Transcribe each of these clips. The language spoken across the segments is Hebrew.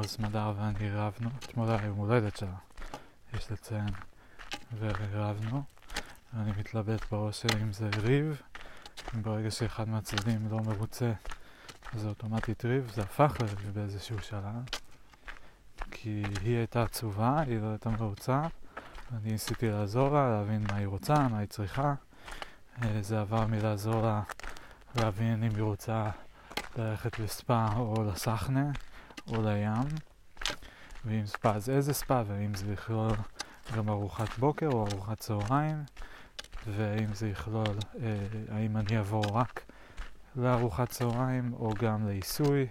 אז סמדר ואני רבנו, אתמול היה יום הולדת שלה, יש לציין, ורבנו. אני מתלבט בראש שלי אם זה ריב, אם ברגע שאחד מהצדדים לא מרוצה, אז זה אוטומטית ריב, זה הפך לריב באיזשהו שלב, כי היא הייתה עצובה, היא לא הייתה מרוצה, אני ניסיתי לעזור לה, להבין מה היא רוצה, מה היא צריכה. זה עבר מלעזור לה להבין אם היא רוצה ללכת לספה או לסחנה או לים, ואם ספה אז איזה ספה, ואם זה יכלול גם ארוחת בוקר או ארוחת צהריים, ואם זה יכלול האם אני אעבור רק לארוחת צהריים או גם לעיסוי,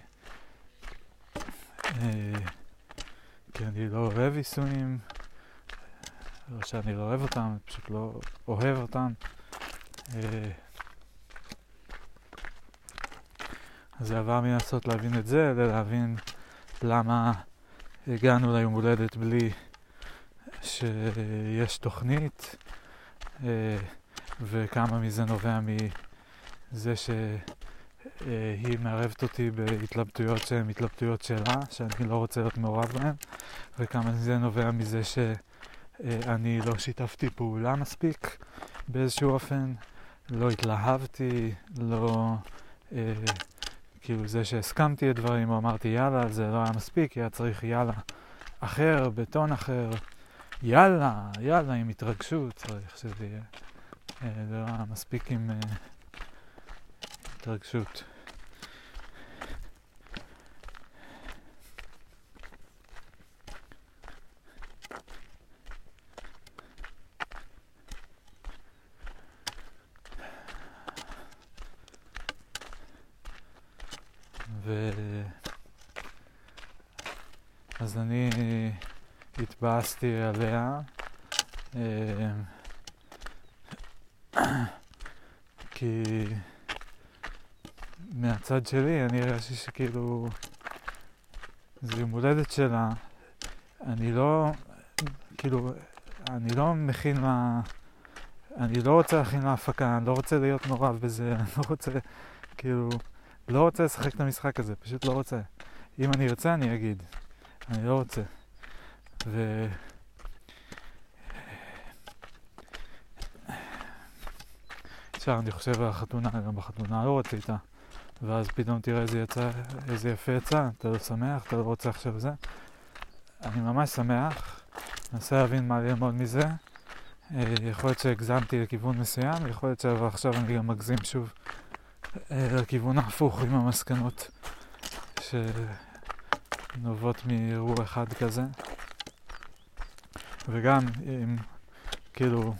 כי אני לא אוהב עיסויים, לא שאני לא אוהב אותם, אני פשוט לא אוהב אותם. אז זה עבר מנסות להבין את זה, להבין למה הגענו ליום הולדת בלי שיש תוכנית, וכמה מזה נובע מזה שהיא מערבת אותי בהתלבטויות שהן התלבטויות שלה, שאני לא רוצה להיות מעורב בהן, וכמה מזה נובע מזה שאני לא שיתפתי פעולה מספיק באיזשהו אופן, לא התלהבתי, לא כאילו זה שהסכמתי את דברים או אמרתי יאללה, זה לא היה מספיק, היה צריך יאללה אחר, בטון אחר, יאללה עם התרגשות, צריך שזה יהיה, זה לא היה מספיק עם התרגשות. אז אני התבאסתי עליה, כי מהצד שלי אני הרגשתי שכאילו זה יום הולדת שלה, אני לא מכין לה, אני לא רוצה להכין לה הפקה, אני לא רוצה להיות מעורב בזה, אני לא רוצה לשחק את המשחק הזה, פשוט לא רוצה. אם אני ארצה אני אגיד, אני לא רוצה. עכשיו אני חושב על החתונה, גם בחתונה לא רצית, ואז פתאום תראה איזה יפה יצא, אתה לא שמח, אתה לא רוצה עכשיו זה. אני ממש שמח, ננסה להבין מה ללמוד מזה. יכול להיות שהגזמתי לכיוון מסוים, יכול להיות שעכשיו אני גם מגזים שוב לכיוון ההפוך עם המסקנות שנובעות מאירוע אחד כזה. וגם אם כאילו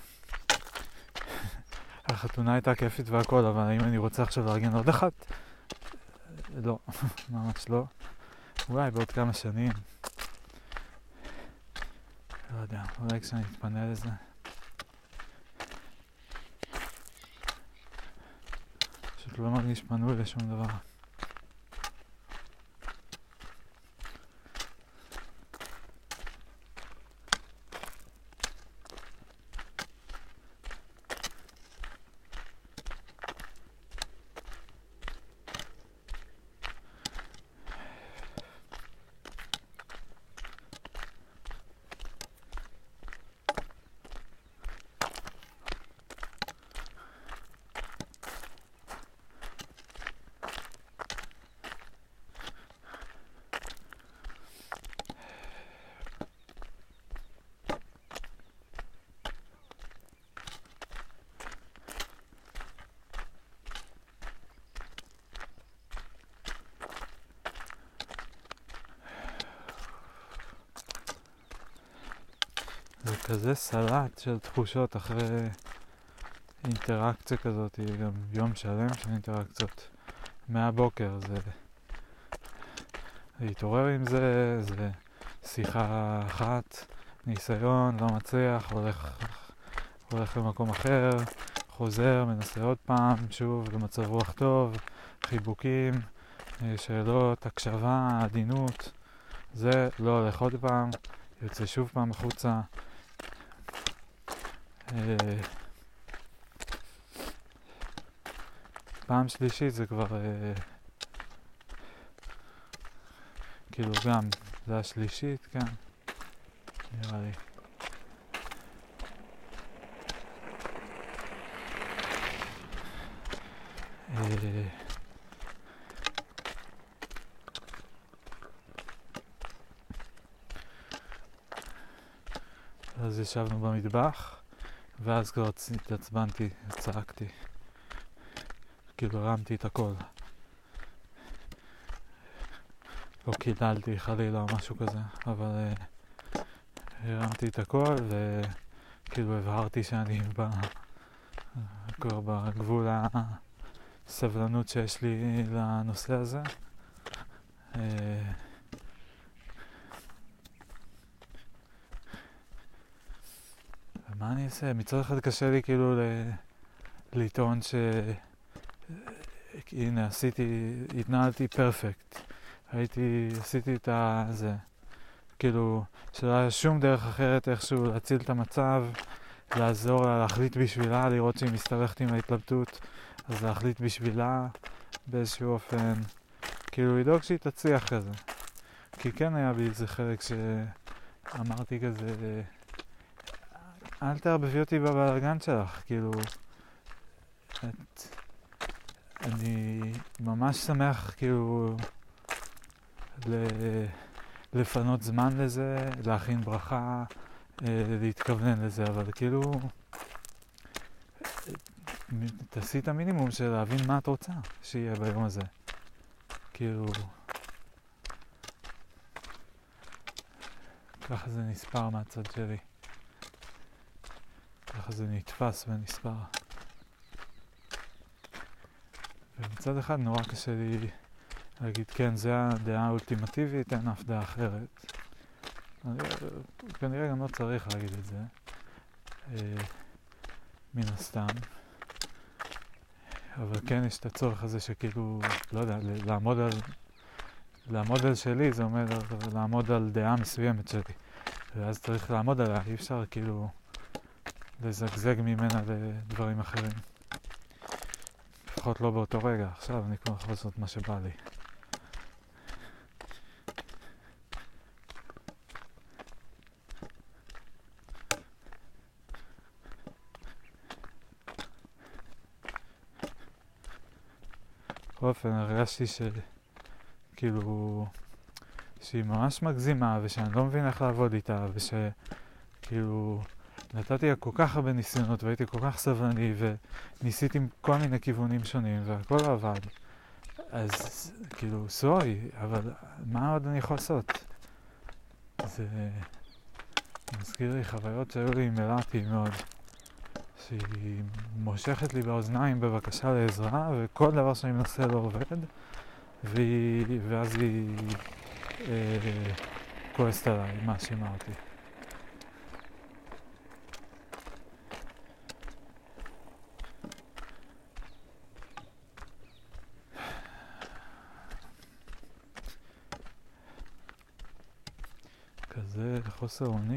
החתונה הייתה כיפית והכל, אבל אם אני רוצה עכשיו לארגן עוד אחת, לא, ממש לא. אולי בעוד כמה שנים, לא יודע, אולי כשאני אתפנה לזה. פשוט לא מרגיש פנוי לשום דבר. זה כזה סלט של תחושות אחרי אינטראקציה כזאת, גם יום שלם של אינטראקציות מהבוקר. זה להתעורר עם זה, זה שיחה אחת, ניסיון, לא מצליח, הולך למקום אחר, חוזר, מנסה עוד פעם, שוב, במצב רוח טוב, חיבוקים, שאלות, הקשבה, עדינות, זה לא הולך עוד פעם, יוצא שוב פעם החוצה. פעם שלישית זה כבר כאילו גם זה השלישית, כן, נראה לי. אז ישבנו במטבח, ואז כבר התעצבנתי, צעקתי, כאילו הרמתי את הכל. לא קידלתי חלילה או משהו כזה, אבל הרמתי את הכל וכאילו הבהרתי שאני כבר בגבול הסבלנות שיש לי לנושא הזה. ומה אני אעשה? מצד אחד קשה לי כאילו לטעון הנה התנהלתי פרפקט. עשיתי את זה, כאילו שלא היה שום דרך אחרת איכשהו להציל את המצב, לעזור לה, להחליט בשבילה, לראות שהיא מסתבכת עם ההתלבטות, אז להחליט בשבילה באיזשהו אופן, כאילו לדאוג שהיא תצליח כזה. כי כן היה בי איזה חלק שאמרתי כזה, אל תערבבי אותי בבלגן שלך, כאילו, אני ממש שמח כאילו לפנות זמן לזה, להכין ברכה, להתכוונן לזה, אבל כאילו תעשי את המינימום של להבין מה את רוצה שיהיה ביום הזה. כאילו ככה זה נספר מהצד שלי, ככה זה נתפס ונספר. ומצד אחד נורא קשה לי להגיד כן, זה הדעה האולטימטיבית, אין אף דעה אחרת. כנראה גם לא צריך להגיד את זה, מן הסתם. אבל כן יש את הצורך הזה שכאילו, לא יודע, לעמוד על שלי, זה אומר לעמוד על דעה מסוימת שלי. ואז צריך לעמוד עליה, אי אפשר כאילו לזגזג ממנה לדברים אחרים. לפחות לא באותו רגע, עכשיו אני כבר יכול לעשות מה שבא לי. בכל אופן, הרגשתי שכאילו שהיא ממש מגזימה ושאני לא מבין איך לעבוד איתה ושכאילו נתתי לה כל כך הרבה ניסיונות והייתי כל כך סבלני וניסיתי עם כל מיני כיוונים שונים והכל לא עבד. אז כאילו סורי, אבל מה עוד אני יכול לעשות? זה מזכיר לי חוויות שהיו לי עם אלעתי מאוד, שהיא מושכת לי באוזניים בבקשה לעזרה וכל דבר שאני מנסה לא עובד ואז היא כועסת עליי, מאשימה אותי. כזה חוסר אונים.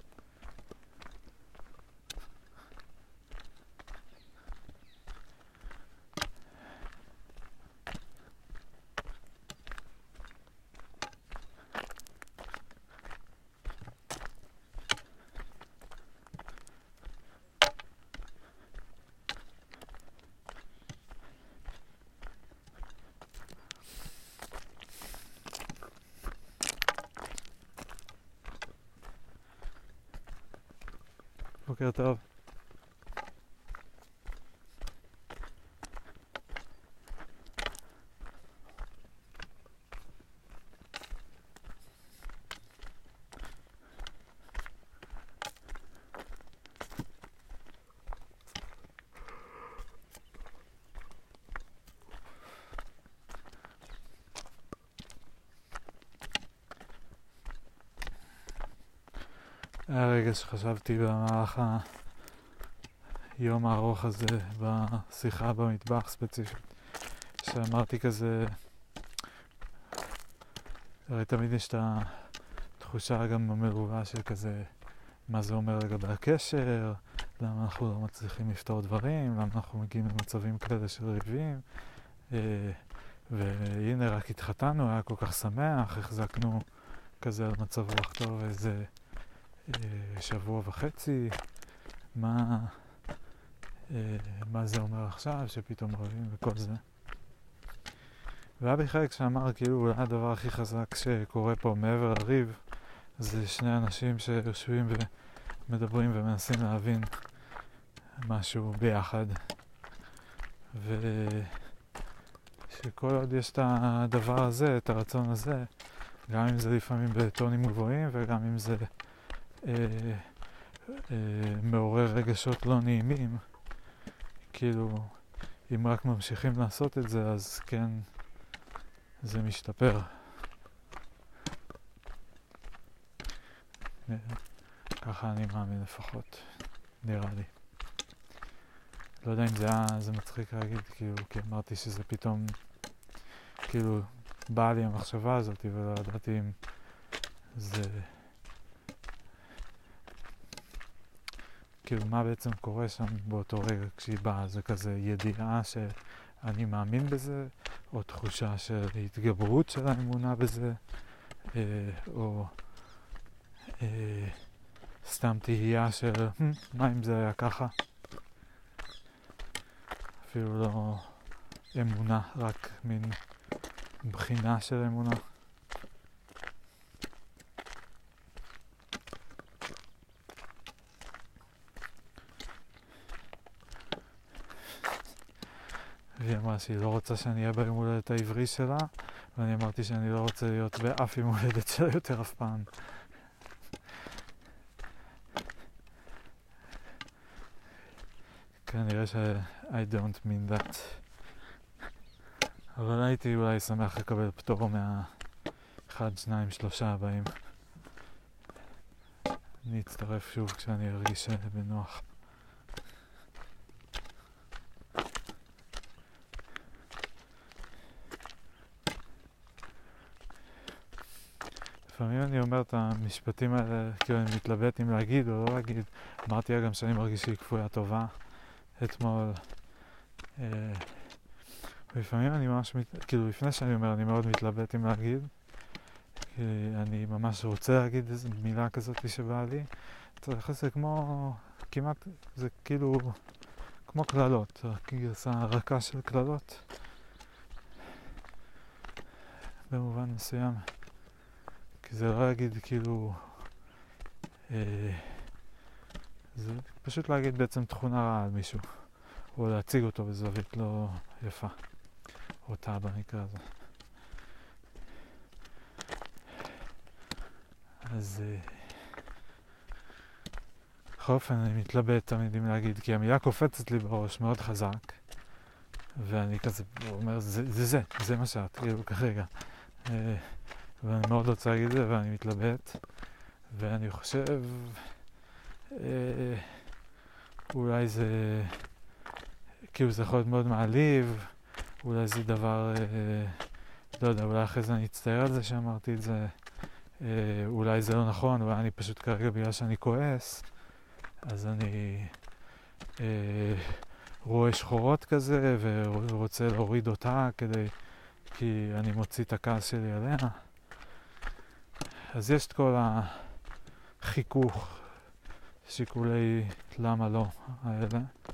בוקר טוב. היה רגע שחשבתי במהלך היום הארוך הזה בשיחה במטבח ספציפית, שאמרתי כזה, הרי תמיד יש את התחושה גם המרובה של כזה, מה זה אומר לגבי הקשר, למה אנחנו לא מצליחים לפתור דברים, למה אנחנו מגיעים למצבים כאלה של ריבים, והנה רק התחתנו, היה כל כך שמח, החזקנו כזה על מצב רוח טוב איזה שבוע וחצי, מה זה אומר עכשיו שפתאום רבים וכל זה. והיה בי חלק שאמר כאילו אולי הדבר הכי חזק שקורה פה מעבר לריב זה שני אנשים שיושבים ומדברים ומנסים להבין משהו ביחד, ושכל עוד יש את הדבר הזה, את הרצון הזה, גם אם זה לפעמים בטונים גבוהים וגם אם זה מעורר רגשות לא נעימים, כאילו אם רק ממשיכים לעשות את זה אז כן זה משתפר. ככה אני מאמין לפחות, נראה לי. לא יודע אם זה מצחיק להגיד, כאילו, כי אמרתי שזה פתאום, כאילו, באה לי המחשבה הזאת, ולא ידעתי אם זה, כאילו, מה בעצם קורה שם באותו רגע כשהיא באה, זה כזה ידיעה שאני מאמין בזה, או תחושה של התגברות של האמונה בזה, או סתם תהייה של מה אם זה היה ככה. אפילו לא אמונה, רק מין בחינה של אמונה. והיא אמרה שהיא לא רוצה שאני אהיה ביום הולדת העברי שלה, ואני אמרתי שאני לא רוצה להיות באף יום הולדת שלה יותר אף פעם. כנראה I don't mean that. אבל הייתי אולי שמח לקבל פטור מה-1, 2, 3 הבאים. אני אצטרף שוב כשאני ארגיש בנוח. לפעמים אני אומר את המשפטים האלה, כאילו אני מתלבט אם להגיד או לא להגיד. אמרתי לה גם שאני מרגיש שהיא כפויה טובה אתמול. ולפעמים אני ממש, כאילו לפני שאני אומר, אני מאוד מתלבט אם להגיד. כי אני ממש רוצה להגיד איזו מילה כזאת שבאה לי. צריך לזה כמו, כמעט, זה כאילו, כמו כללות, גרסה רכה של כללות. במובן מסוים. כי זה לא להגיד כאילו, זה פשוט להגיד בעצם תכונה רעה על מישהו. או להציג אותו בזווית לא יפה. אותה במקרה הזה. אז בכל אופן אני מתלבט תמיד אם להגיד, כי המילה קופצת לי בראש מאוד חזק, ואני כזה אומר, זה מה שאת, כאילו כרגע. ואני מאוד רוצה להגיד את זה, ואני מתלבט, ואני חושב, אולי זה, כאילו זה יכול להיות מאוד מעליב, אולי זה דבר, לא יודע, אולי אחרי זה אני אצטער על זה שאמרתי את זה, אולי זה לא נכון, אולי אני פשוט כרגע בגלל שאני כועס, אז אני רואה שחורות כזה ורוצה להוריד אותה כי אני מוציא את הכעס שלי עליה. אז יש את כל החיכוך, שיקולי למה לא האלה.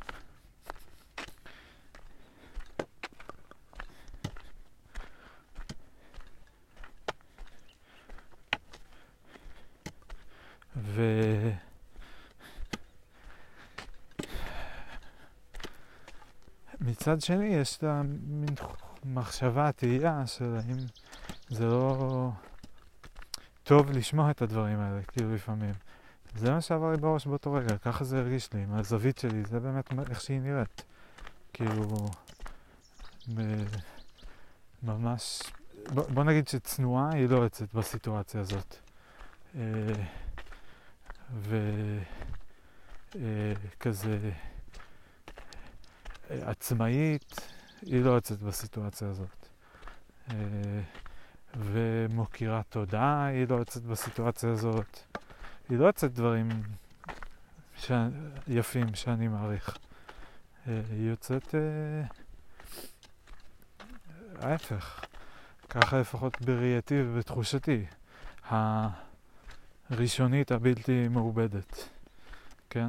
מצד שני יש את המין מחשבה, תהייה של האם זה לא טוב לשמוע את הדברים האלה, כאילו לפעמים. זה מה שעבר לי בראש באותו רגע, ככה זה הרגיש לי, עם הזווית שלי, זה באמת איך שהיא נראית. כאילו, ממש, בוא נגיד שצנועה היא לא יוצאת בסיטואציה הזאת. וכזה עצמאית היא לא יוצאת בסיטואציה הזאת. ומוקירת תודה היא לא יוצאת בסיטואציה הזאת. היא לא יוצאת דברים יפים שאני מעריך. היא יוצאת ההפך. ככה לפחות בראייתי ובתחושתי. הראשונית הבלתי מעובדת, כן?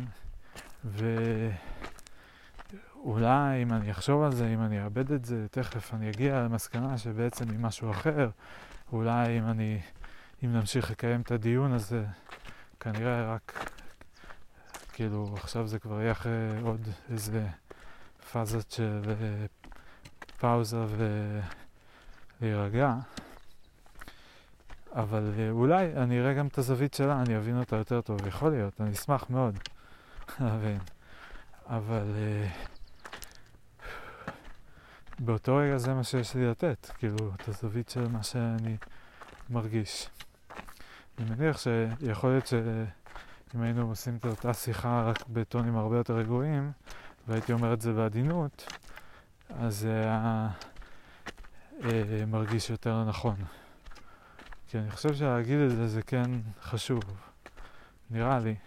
ואולי אם אני אחשוב על זה, אם אני אאבד את זה, תכף אני אגיע למסקנה שבעצם היא משהו אחר. אולי אם נמשיך לקיים את הדיון הזה, כנראה רק, כאילו עכשיו זה כבר יהיה אחרי עוד איזה פאזות של פאוזה ולהירגע. אבל אולי אני אראה גם את הזווית שלה, אני אבין אותה יותר טוב. יכול להיות, אני אשמח מאוד להבין. אבל באותו רגע זה מה שיש לי לתת, כאילו, את הזווית של מה שאני מרגיש. אני מניח שיכול להיות שאם היינו עושים את אותה שיחה רק בטונים הרבה יותר רגועים, והייתי אומר את זה בעדינות, אז זה היה מרגיש יותר נכון. כי אני חושב שלהגיד את זה זה כן חשוב, נראה לי.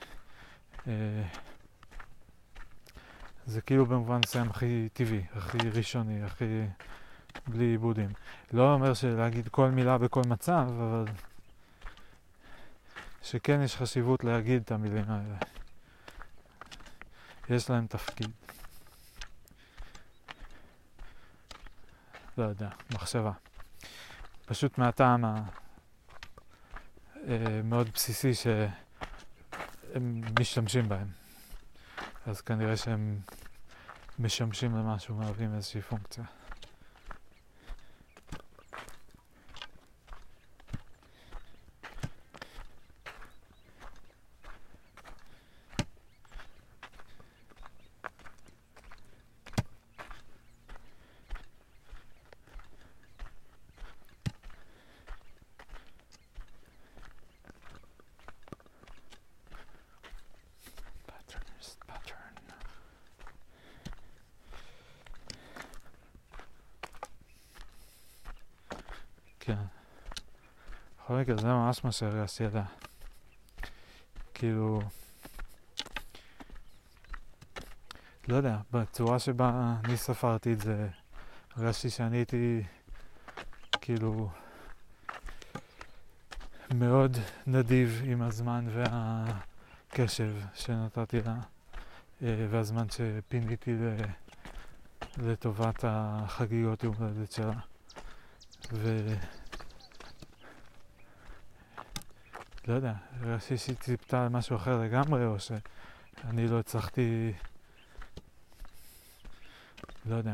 זה כאילו במובן מסוים הכי טבעי, הכי ראשוני, הכי בלי עיבודים. לא אומר שלהגיד כל מילה בכל מצב, אבל שכן יש חשיבות להגיד את המילים האלה. יש להם תפקיד. לא יודע, מחשבה. פשוט מהטעם מאוד בסיסי שהם משתמשים בהם. אז כנראה שהם משמשים למשהו, מהווים איזושהי פונקציה. כן. בכל מקרה זה ממש מה שהרגשתי עליה. כאילו, לא יודע, בצורה שבה אני ספרתי את זה, הרגשתי שאני הייתי כאילו מאוד נדיב עם הזמן והקשב שנתתי לה, והזמן שפיניתי לטובת החגיגות יום הולדת שלה. לא יודע, הרגשתי שהיא ציפתה למשהו אחר לגמרי, או שאני לא הצלחתי, לא יודע.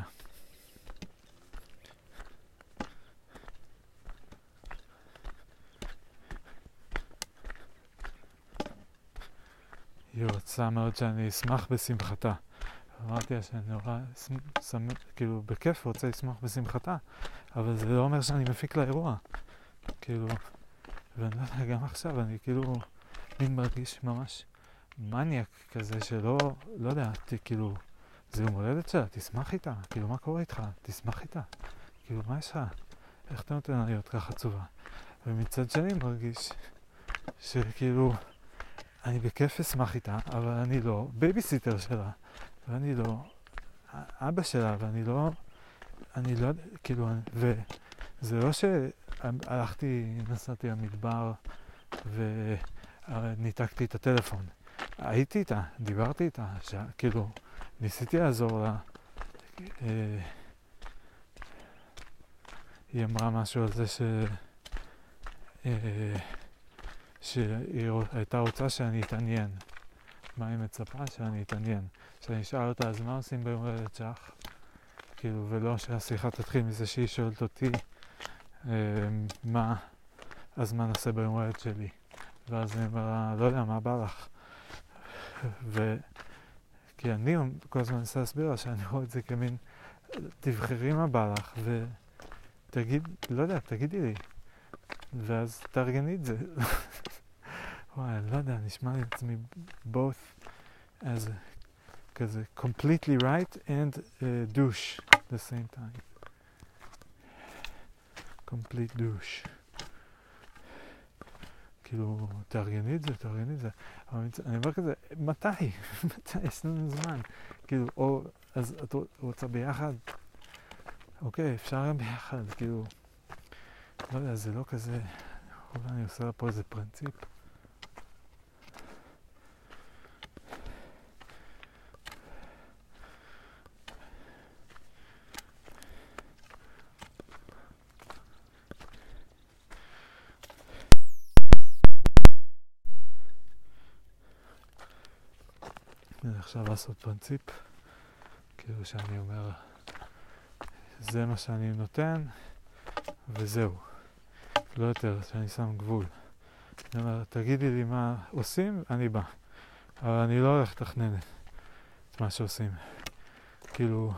היא רוצה מאוד שאני אשמח בשמחתה. אמרתי לה שאני נורא כאילו בכיף רוצה לשמח בשמחתה, אבל זה לא אומר שאני מפיק לאירוע. כאילו, ואני לא יודע, גם עכשיו אני כאילו מין מרגיש ממש מניאק כזה שלא, לא יודע, כאילו, זה יום הולדת שלה, תשמח איתה, כאילו מה קורה איתך? תשמח איתה, כאילו מה יש לך? איך אתה נותן לה להיות ככה עצובה? ומצד שני מרגיש שכאילו אני בכיף אשמח איתה, אבל אני לא בייביסיטר שלה, ואני לא אבא שלה, ואני לא, כאילו, וזה לא שהלכתי, נסעתי למדבר וניתקתי את הטלפון. הייתי איתה, דיברתי איתה, כאילו, ניסיתי לעזור לה. היא אמרה משהו על זה שהיא הייתה רוצה שאני אתעניין. מה היא מצפה? שאני אתעניין. שאני אשאל אותה, אז מה עושים ביום הולדת שלך? כאילו, ולא שהשיחה תתחיל מזה שהיא שואלת אותי אז מה נעשה ביום הולדת שלי? ואז אני אומר, לא יודע, מה בא לך? כי אני כל הזמן ניסה להסביר לה שאני רואה את זה כמין, תבחרי מה בא לך ותגיד, לא יודע, תגידי לי. ואז תארגני את זה. וואי, לא יודע, נשמע לי עצמי both as כזה completely right and douche at the same time. complete douche. כאילו, תארגני את זה. אבל אני אומר כזה, מתי? יש לנו זמן. כאילו, או, אז את רוצה ביחד? אוקיי, אפשר גם ביחד, כאילו, לא יודע, זה לא כזה, אולי אני עושה פה איזה פרינציפ. אני עכשיו לעשות פרינציפ, כאילו שאני אומר, זה מה שאני נותן, וזהו. לא יותר, שאני שם גבול. אני אומר, תגידי לי מה עושים, אני בא. אבל אני לא הולך לתכנן את מה שעושים. כאילו...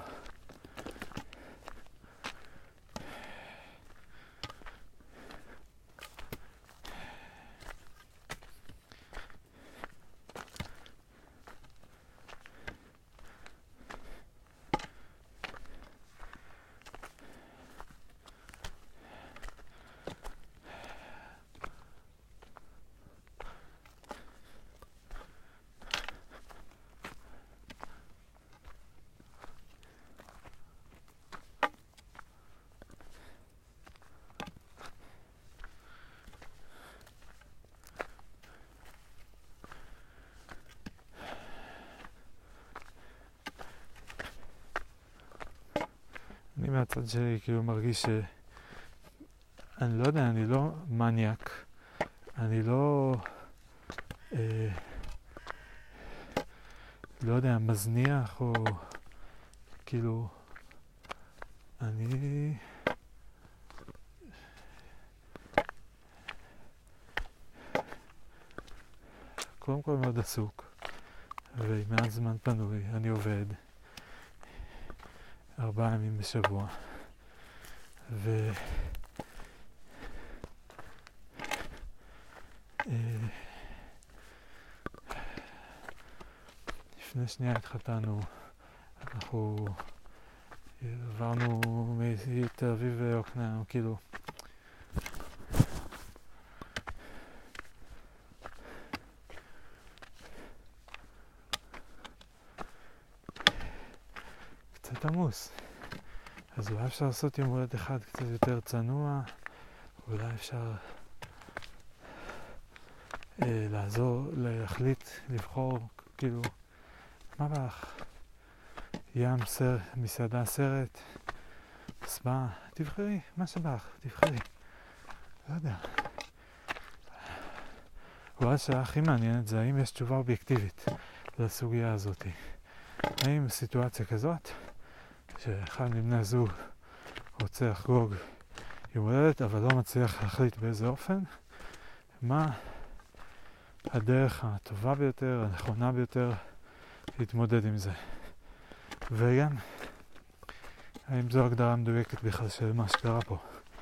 אני מהצד שלי כאילו מרגיש אני לא יודע, אני לא מניאק, אני לא לא יודע, מזניח או כאילו אני קודם כל מאוד עסוק ומעט זמן פנוי, אני עובד 4 ימים בשבוע לפני שנייה התחתנו, אנחנו עברנו מתל אביב ליוקנעם, כאילו קצת עמוס. אז אולי אפשר לעשות יום הולדת אחד קצת יותר צנוע, אולי אפשר לעזור, להחליט, לבחור, כאילו מה בא לך? ים, מסעדה, סרט, סבא, תבחרי, מה שבא לך, תבחרי. לא יודע. אולי השאלה הכי מעניינת זה האם יש תשובה אובייקטיבית לסוגיה הזאת. האם בסיטואציה כזאת, שאחד מבני הזוג רוצה לחגוג יום הולדת, אבל לא מצליח להחליט באיזה אופן, מה הדרך הטובה ביותר, הנכונה ביותר, להתמודד עם זה. וגם, האם זו הגדרה מדויקת בכלל של מה שקרה פה?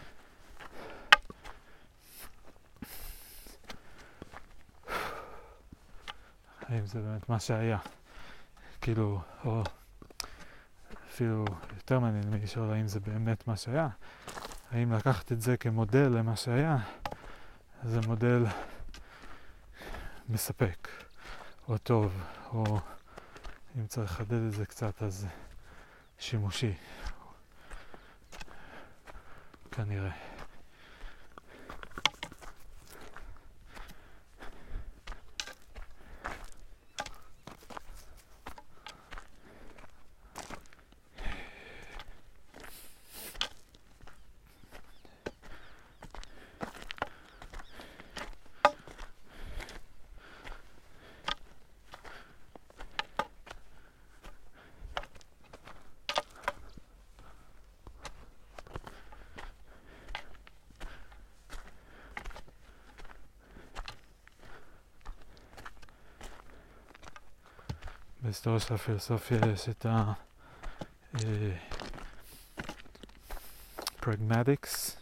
האם זה באמת מה שהיה? כאילו, או אפילו יותר מעניין לי לשאול האם זה באמת מה שהיה. האם לקחת את זה כמודל למה שהיה, זה מודל מספק, או טוב, או אם צריך לחדד את זה קצת, אז שימושי. כנראה. בהיסטוריה של הפילוסופיה יש את פרגמטיקס,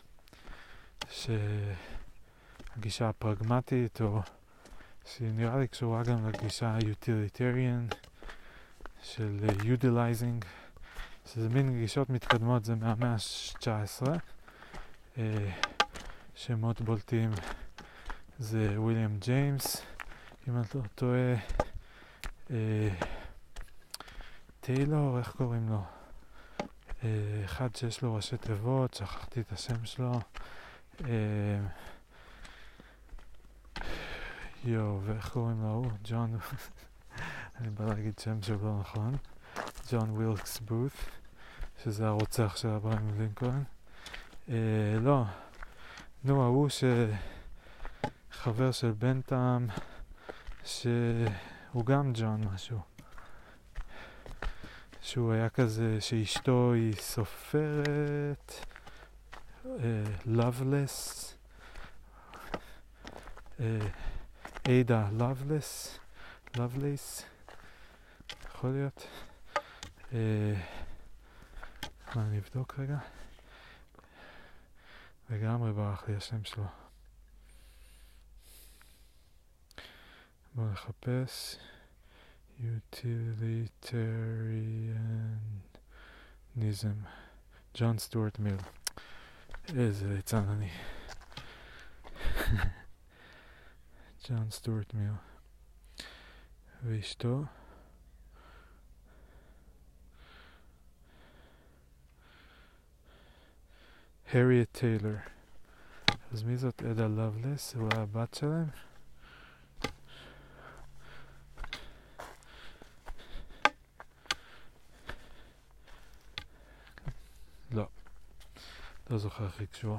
שהגישה הפרגמטית, או שנראה לי קשורה גם לגישה ה-utilitarian של utilizing, שזה מין גישות מתקדמות, זה מהמאה ה-19, שמות בולטים זה וויליאם ג'יימס, אם אני לא טועה, טיילור, איך קוראים לו? אחד שיש לו ראשי תיבות, שכחתי את השם שלו, ואיך קוראים לו? ג'ון, אני בא להגיד שם שהוא לא נכון, ג'ון ווילקס בות, שזה הרוצח של אברהם לינקולן. לא, נו, ההוא שחבר של בנטאם, שהוא גם ג'ון משהו, שהוא היה כזה שאשתו היא סופרת, Loveless, עדה Lovelace, יכול להיות. אני אבדוק רגע. לגמרי ברח לי השם שלו. בואו נחפש. Utilitarianism. ג'ון סטוארט מיל. איזה ליצן אני. ג'ון סטוארט מיל. ואשתו. הריאט טיילר. אז מי זאת עדה לבלס? הוא הבת שלהם? לא. לא זוכר איך היא קשורה.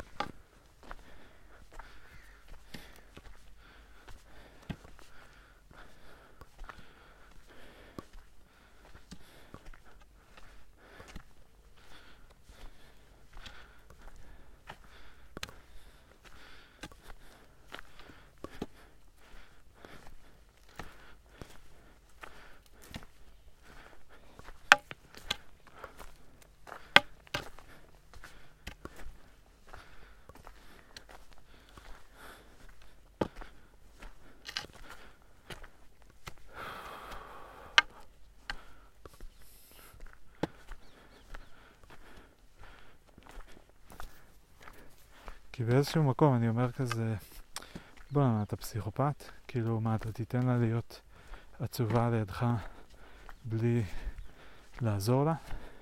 כי באיזשהו מקום אני אומר כזה, בוא, אתה פסיכופת? כאילו, מה, אתה תיתן לה להיות עצובה לידך בלי לעזור לה?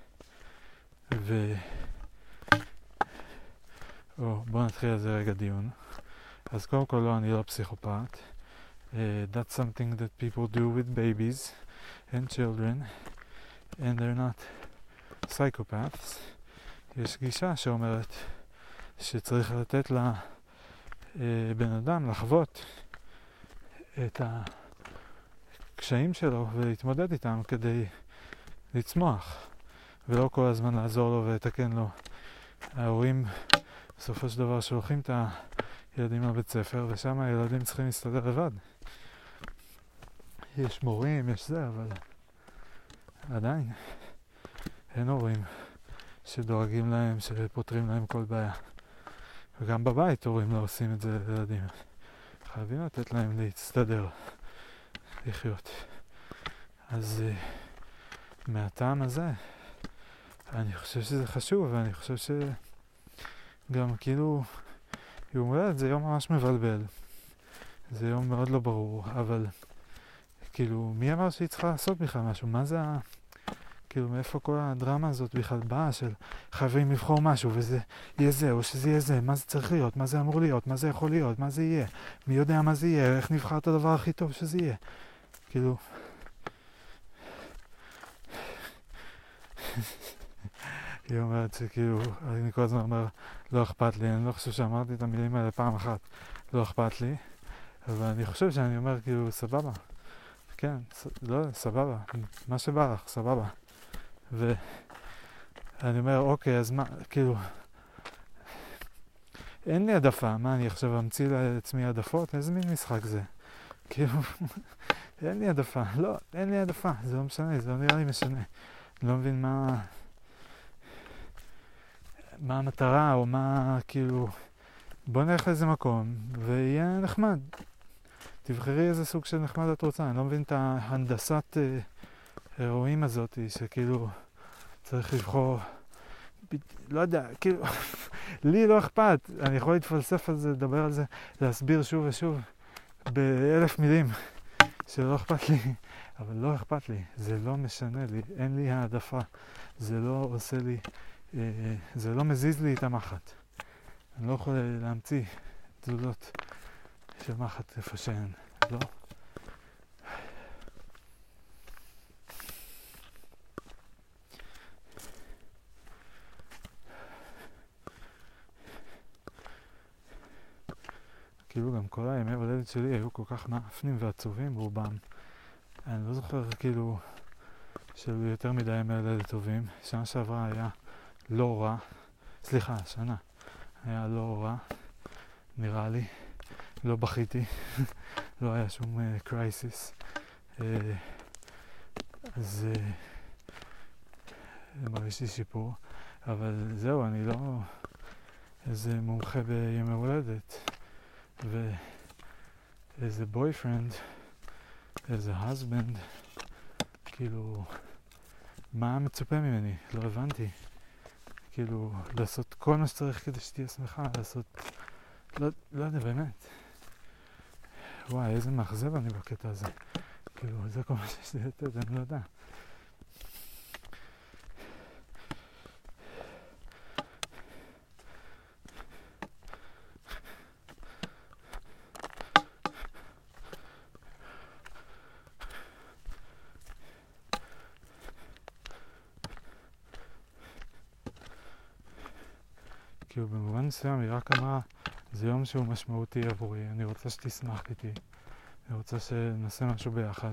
בוא נתחיל על זה רגע דיון. אז קודם כל לא, אני לא פסיכופת. That's something that people do with babies and children, and they're not psychopaths. יש גישה שאומרת שצריך לתת לבן אדם לחוות את הקשיים שלו ולהתמודד איתם כדי לצמוח, ולא כל הזמן לעזור לו ולתקן לו. ההורים בסופו של דבר שולחים את הילדים לבית ספר, ושם הילדים צריכים להסתדר לבד. יש מורים, יש זה, אבל עדיין אין הורים שדואגים להם, שפותרים להם כל בעיה. וגם בבית הורים לא עושים את זה לילדים. חייבים לתת להם להסתדר, לחיות. אז מהטעם הזה, אני חושב שזה חשוב, ואני חושב שגם כאילו, יום הולדת זה יום ממש מבלבל. זה יום מאוד לא ברור, אבל כאילו, מי אמר שהיא צריכה לעשות בכלל משהו? מה זה כאילו, מאיפה כל הדרמה הזאת בכלל באה של חייבים לבחור משהו, וזה יהיה זה, או שזה יהיה זה, מה זה צריך להיות, מה זה אמור להיות, מה זה יכול להיות, מה זה יהיה, מי יודע מה זה יהיה, איך נבחר את הדבר הכי טוב שזה יהיה. כאילו, היא אומרת שכאילו, אני כל הזמן אומר, לא אכפת לי, אני לא חושב שאמרתי את המילים האלה פעם אחת, לא אכפת לי, אבל אני חושב שאני אומר כאילו, סבבה, כן, לא, סבבה, מה שבא לך, סבבה. ואני אומר, אוקיי, אז מה, כאילו, אין לי עדפה, מה, אני עכשיו אמציא לעצמי עדפות? איזה מין משחק זה? כאילו, אין לי עדפה, לא, אין לי עדפה, זה לא משנה, זה לא נראה לי משנה. אני לא מבין מה המטרה, או מה, כאילו, בוא נלך לאיזה מקום, ויהיה נחמד. תבחרי איזה סוג של נחמד את רוצה, אני לא מבין את ההנדסת אירועים הזאת, שכאילו צריך לבחור, לא יודע, כאילו, לי לא אכפת, אני יכול להתפלסף על זה, לדבר על זה, להסביר שוב ושוב, ב1000 מילים, שלא אכפת לי, אבל לא אכפת לי, זה לא משנה לי, אין לי העדפה, זה לא עושה לי, זה לא מזיז לי את המחט, אני לא יכול להמציא תזוזות שמחת איפה שאין, לא? כאילו גם כל הימי הולדת שלי היו כל כך מאפנים ועצובים רובם. אני לא זוכר כאילו שהיו יותר מדי ימי הולדת טובים. שנה שעברה היה לא רע, סליחה, השנה היה לא רע, נראה לי. לא בכיתי, לא היה שום קרייסיס. אז מרגיש לי שיפור. אבל זהו, אני לא איזה מומחה בימי הולדת. ואיזה בויפרנד, איזה husband, כאילו, מה מצופה ממני? לא הבנתי. כאילו, לעשות כל מה שצריך כדי שתהיה שמחה, לעשות, לא יודע, באמת. וואי, איזה מאכזב אני בקטע הזה. כאילו, זה כל מה שיש לי לתת, אני לא יודע. כאילו במובן מסוים היא רק אמרה, זה יום שהוא משמעותי עבורי, אני רוצה שתשמח איתי, אני רוצה שנעשה משהו ביחד.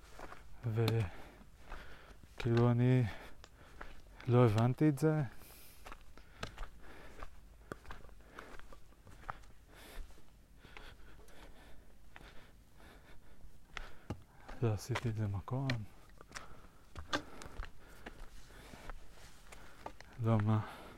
וכאילו אני לא הבנתי את זה. לא עשיתי את זה מקום. לא מה.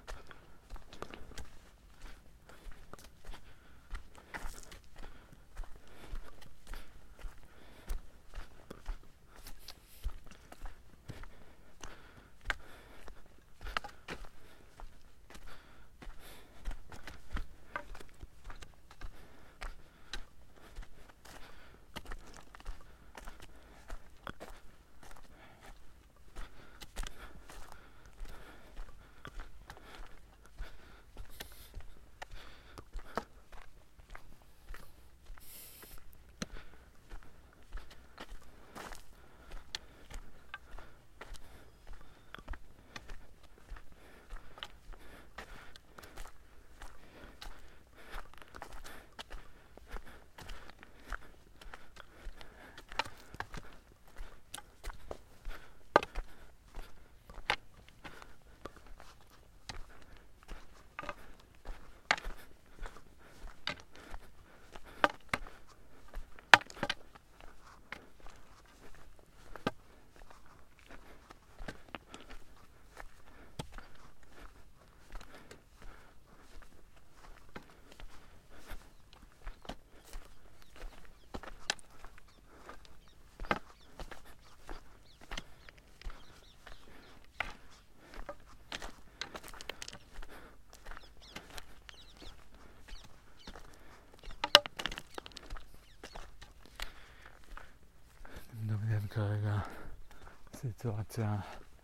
כרגע סיטואציה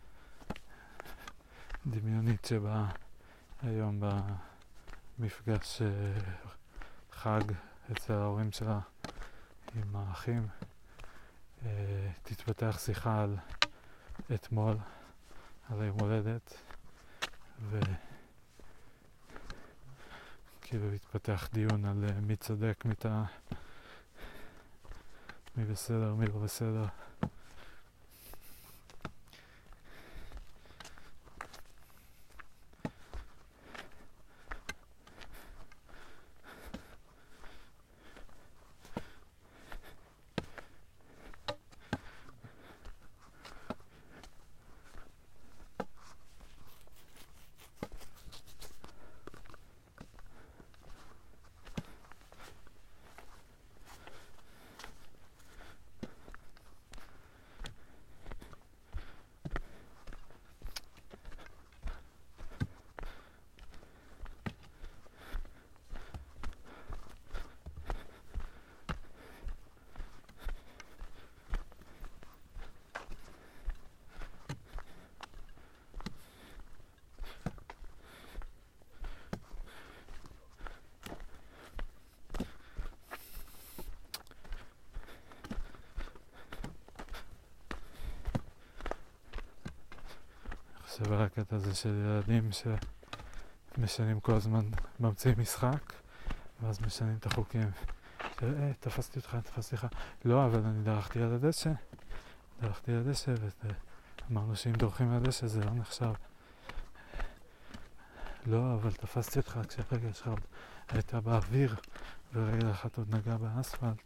דמיונית שבה היום במפגש חג אצל ההורים שלה עם האחים תתפתח שיחה על אתמול, על היום הולדת, וכאילו התפתח דיון על מי צודק, מי בסדר, מי לא בסדר. שווה הקטע הזה של ילדים שמשנים כל הזמן, ממציאים משחק ואז משנים את החוקים תפסתי אותך, לא, אבל אני דרכתי על הדשא ואמרנו שאם דורכים על הדשא זה לא נחשב. לא, אבל תפסתי אותך כשהרגל שלך עוד הייתה באוויר ורגל אחת עוד נגע באספלט.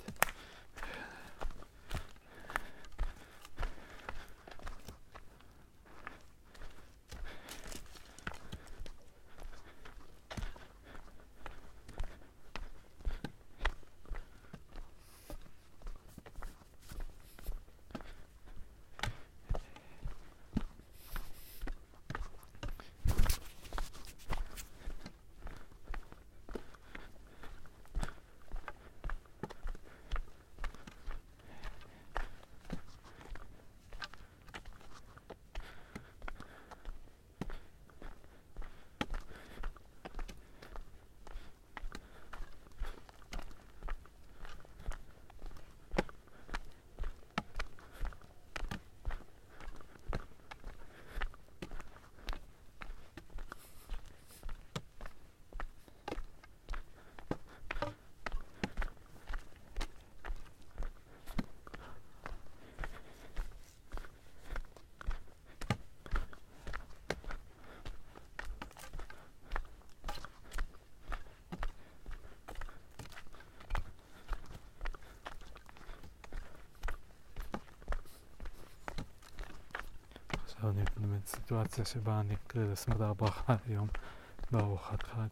עכשיו אני באמת סיטואציה שבה אני אקריא לסמדר ברכה היום בארוחת חג.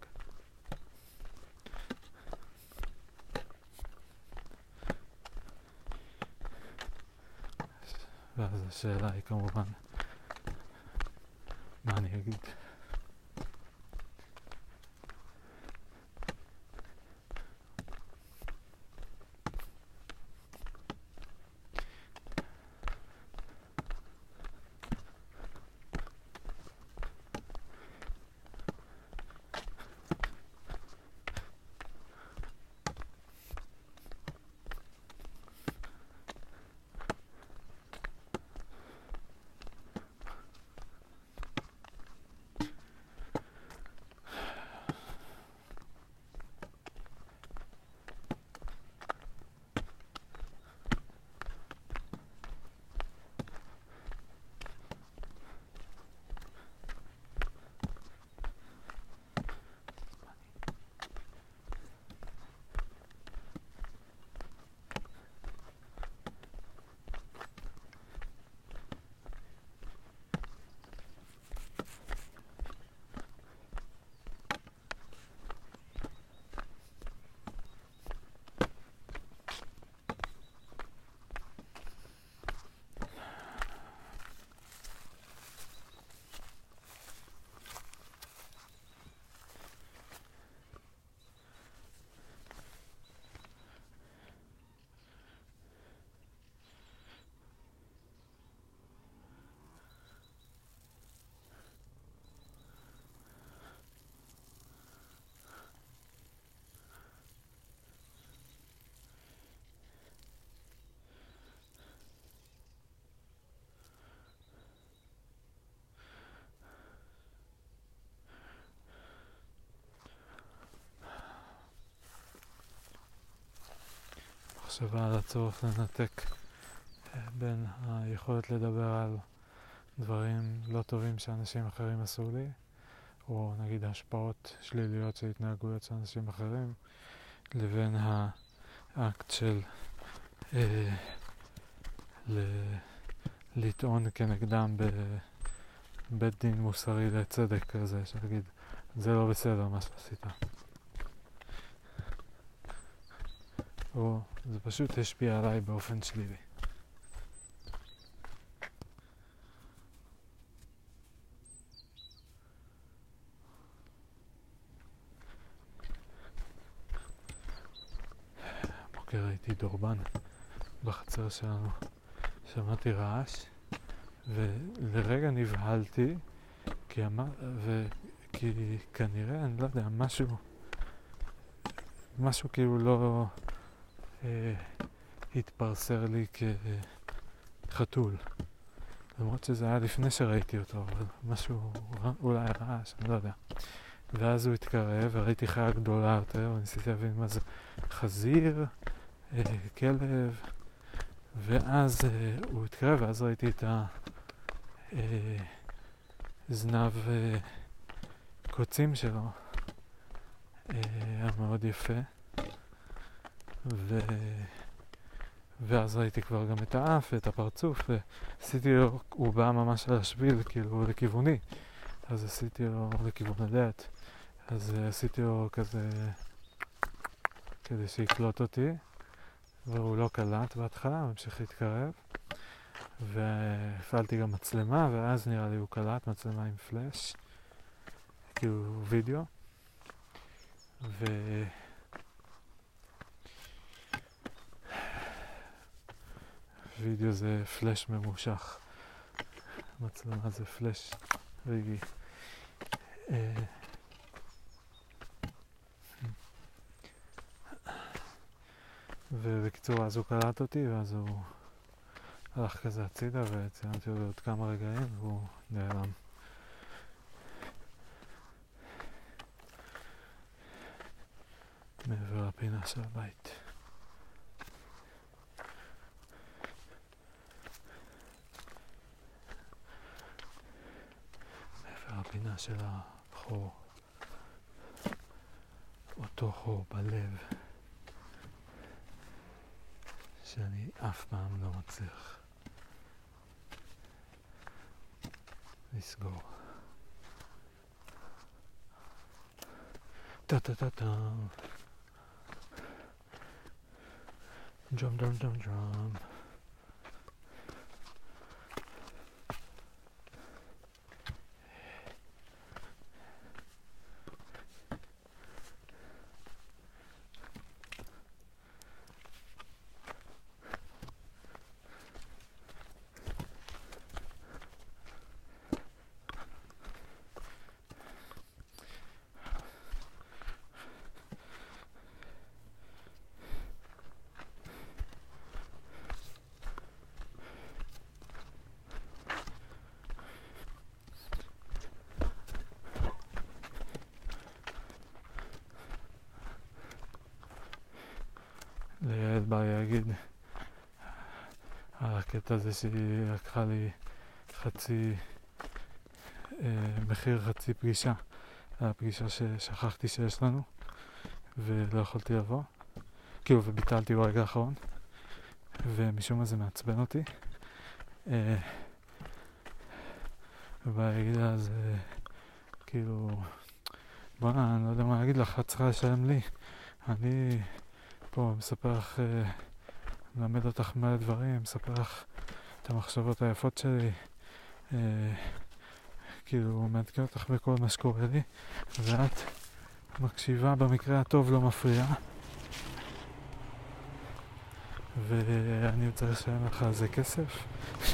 ואז השאלה היא כמובן מה אני אגיד. מחשבה על הצורך לנתק בין היכולת לדבר על דברים לא טובים שאנשים אחרים עשו לי, או נגיד השפעות שליליות של התנהגויות של אנשים אחרים, לבין האקט של לטעון כנגדם בבית דין מוסרי לצדק כזה, שתגיד זה לא בסדר מה שעשית, או זה פשוט השפיע עליי באופן שלילי. בוקר הייתי דורבן בחצר שלנו, שמעתי רעש ולרגע נבהלתי כי כנראה, אני לא יודע, משהו כאילו לא התפרסר לי כחתול. למרות שזה היה לפני שראיתי אותו, אבל משהו, אולי רעש, אני לא יודע. ואז הוא התקרב, וראיתי חיה גדולה יותר, וניסיתי להבין מה זה חזיר, כלב, ואז הוא התקרב, ואז ראיתי את הזנב קוצים שלו, היה מאוד יפה, ואז ראיתי כבר גם את האף ואת הפרצוף, ועשיתי לו, הוא בא ממש על השביל, כאילו לכיווני, אז עשיתי לו לכיוון הדעת, אז עשיתי לו כזה, כדי שיקלוט אותי, והוא לא קלט בהתחלה, הוא המשיך להתקרב, והפעלתי גם מצלמה, ואז נראה לי הוא קלט, מצלמה עם פלאש, כאילו וידאו, וידאו זה פלאש ממושך, מצלמה זה פלאש רגעי. ובקיצור אז הוא קלט אותי, ואז הוא הלך כזה הצידה, וצילמתי לו עוד כמה רגעים והוא נעלם. מעבר לפינה של הבית. מעבר לפינה של החור. אותו חור בלב שאני אף פעם לא מצליח לסגור. טה טה טה טה. דרום דרום דרום דרום. ליעל בא להגיד על הקטע הזה שהיא לקחה לי מחיר חצי פגישה, הפגישה ששכחתי שיש לנו ולא יכולתי לבוא, כאילו וביטלתי ברגע האחרון, ומשום מה זה מעצבן אותי. ובא להגיד לה אז כאילו בוא'נה, אני לא יודע מה להגיד לך, את צריכה לשלם לי, אני פה מספר לך, מלמד אותך מלא דברים, מספר לך את המחשבות היפות שלי, כאילו מעדכן אותך בכל מה שקורה לי, ואת מקשיבה במקרה הטוב, לא מפריעה, ואני צריך לשלם לך על זה כסף.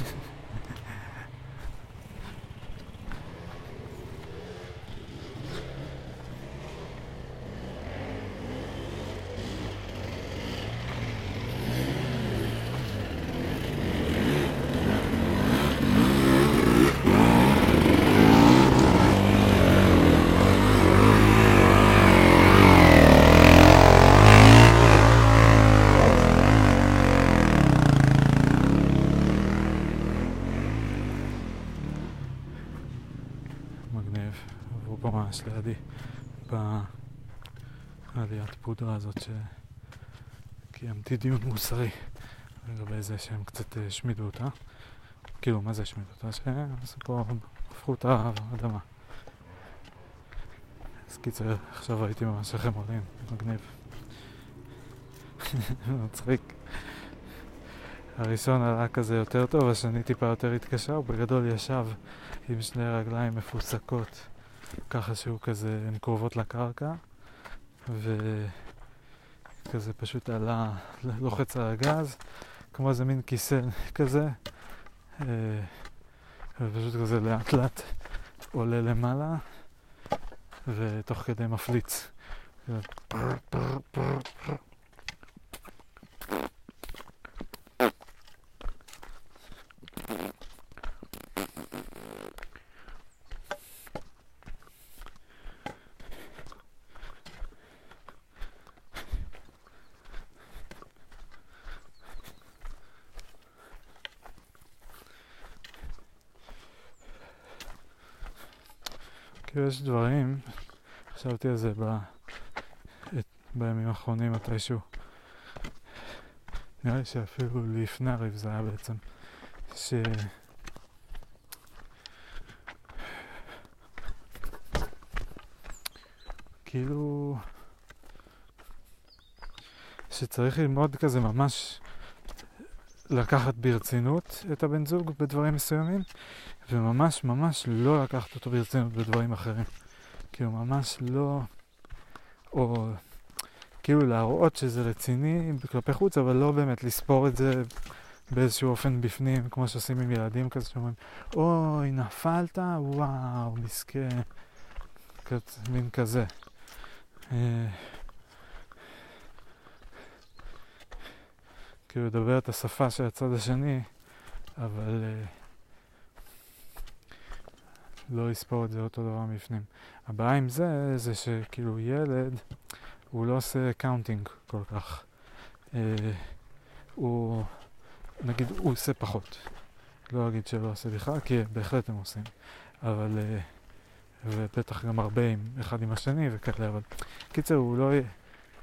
מגניב, והוא פה ממש לידי בעליית פודרה הזאת שקיימתי דיון מוסרי לגבי זה שהם קצת השמידו אותה, כאילו מה זה השמידו אותה? שהם פה הפכו את האדמה. אז קיצר, עכשיו ראיתי ממש איך הם עולים, מגניב. מצחיק. הראשון עלה כזה יותר טוב, השני טיפה יותר התקשר, הוא בגדול ישב עם שני רגליים מפוסקות, ככה שהוא כזה, הן קרובות לקרקע, וכזה פשוט עלה, לוחץ על הגז, כמו איזה מין כיסא כזה, ופשוט כזה לאט לאט עולה למעלה, ותוך כדי מפליץ. כאילו יש דברים, חשבתי על זה בימים האחרונים מתישהו. נראה לי שאפילו לפני הריב זה היה בעצם, כאילו שצריך ללמוד כזה ממש לקחת ברצינות את הבן זוג בדברים מסוימים, וממש ממש לא לקחת אותו ברצינות בדברים אחרים. כאילו ממש לא, או כאילו להראות שזה רציני כלפי חוץ, אבל לא באמת לספור את זה באיזשהו אופן בפנים, כמו שעושים עם ילדים כזה שאומרים, אוי, נפלת? וואו, מסכן. מין כזה. כאילו לדבר את השפה של הצד השני, אבל לא לספור את זה אותו דבר מפנים. הבעיה עם זה, זה שכאילו ילד, הוא לא עושה קאונטינג כל כך. הוא, נגיד, הוא עושה פחות. לא אגיד שלא עושה בכלל, כי בהחלט הם עושים. אבל, ובטח גם הרבה אחד עם השני וכאלה, אבל קיצר, הוא לא יהיה...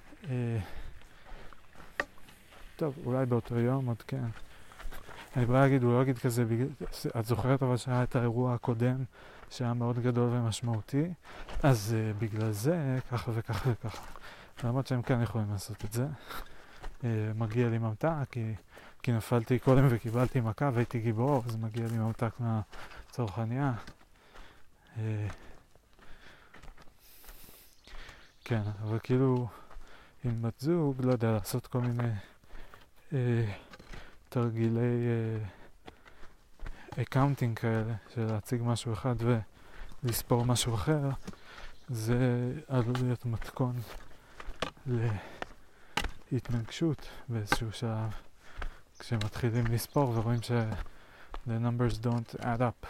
טוב, אולי באותו יום עוד כן. אני בא להגיד, הוא לא אגיד כזה, את זוכרת אבל שהיה את האירוע הקודם שהיה מאוד גדול ומשמעותי, אז בגלל זה ככה וככה וככה. למרות שהם כן יכולים לעשות את זה. מגיע לי ממתק, כי נפלתי קודם וקיבלתי מכה והייתי גיבור, אז מגיע לי ממתק מהצרכניה. כן, אבל כאילו עם בת זוג, לא יודע, לעשות כל מיני תרגילי אקאונטינג כאלה, של להציג משהו אחד ולספור משהו אחר, זה עלול להיות מתכון להתנגשות באיזשהו שלב, כשמתחילים לספור ורואים the numbers don't add up.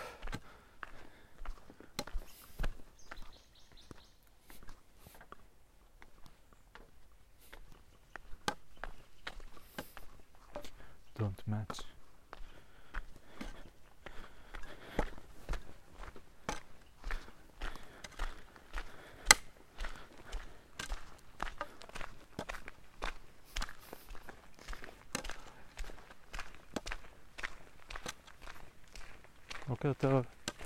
don't match. בוקר טוב.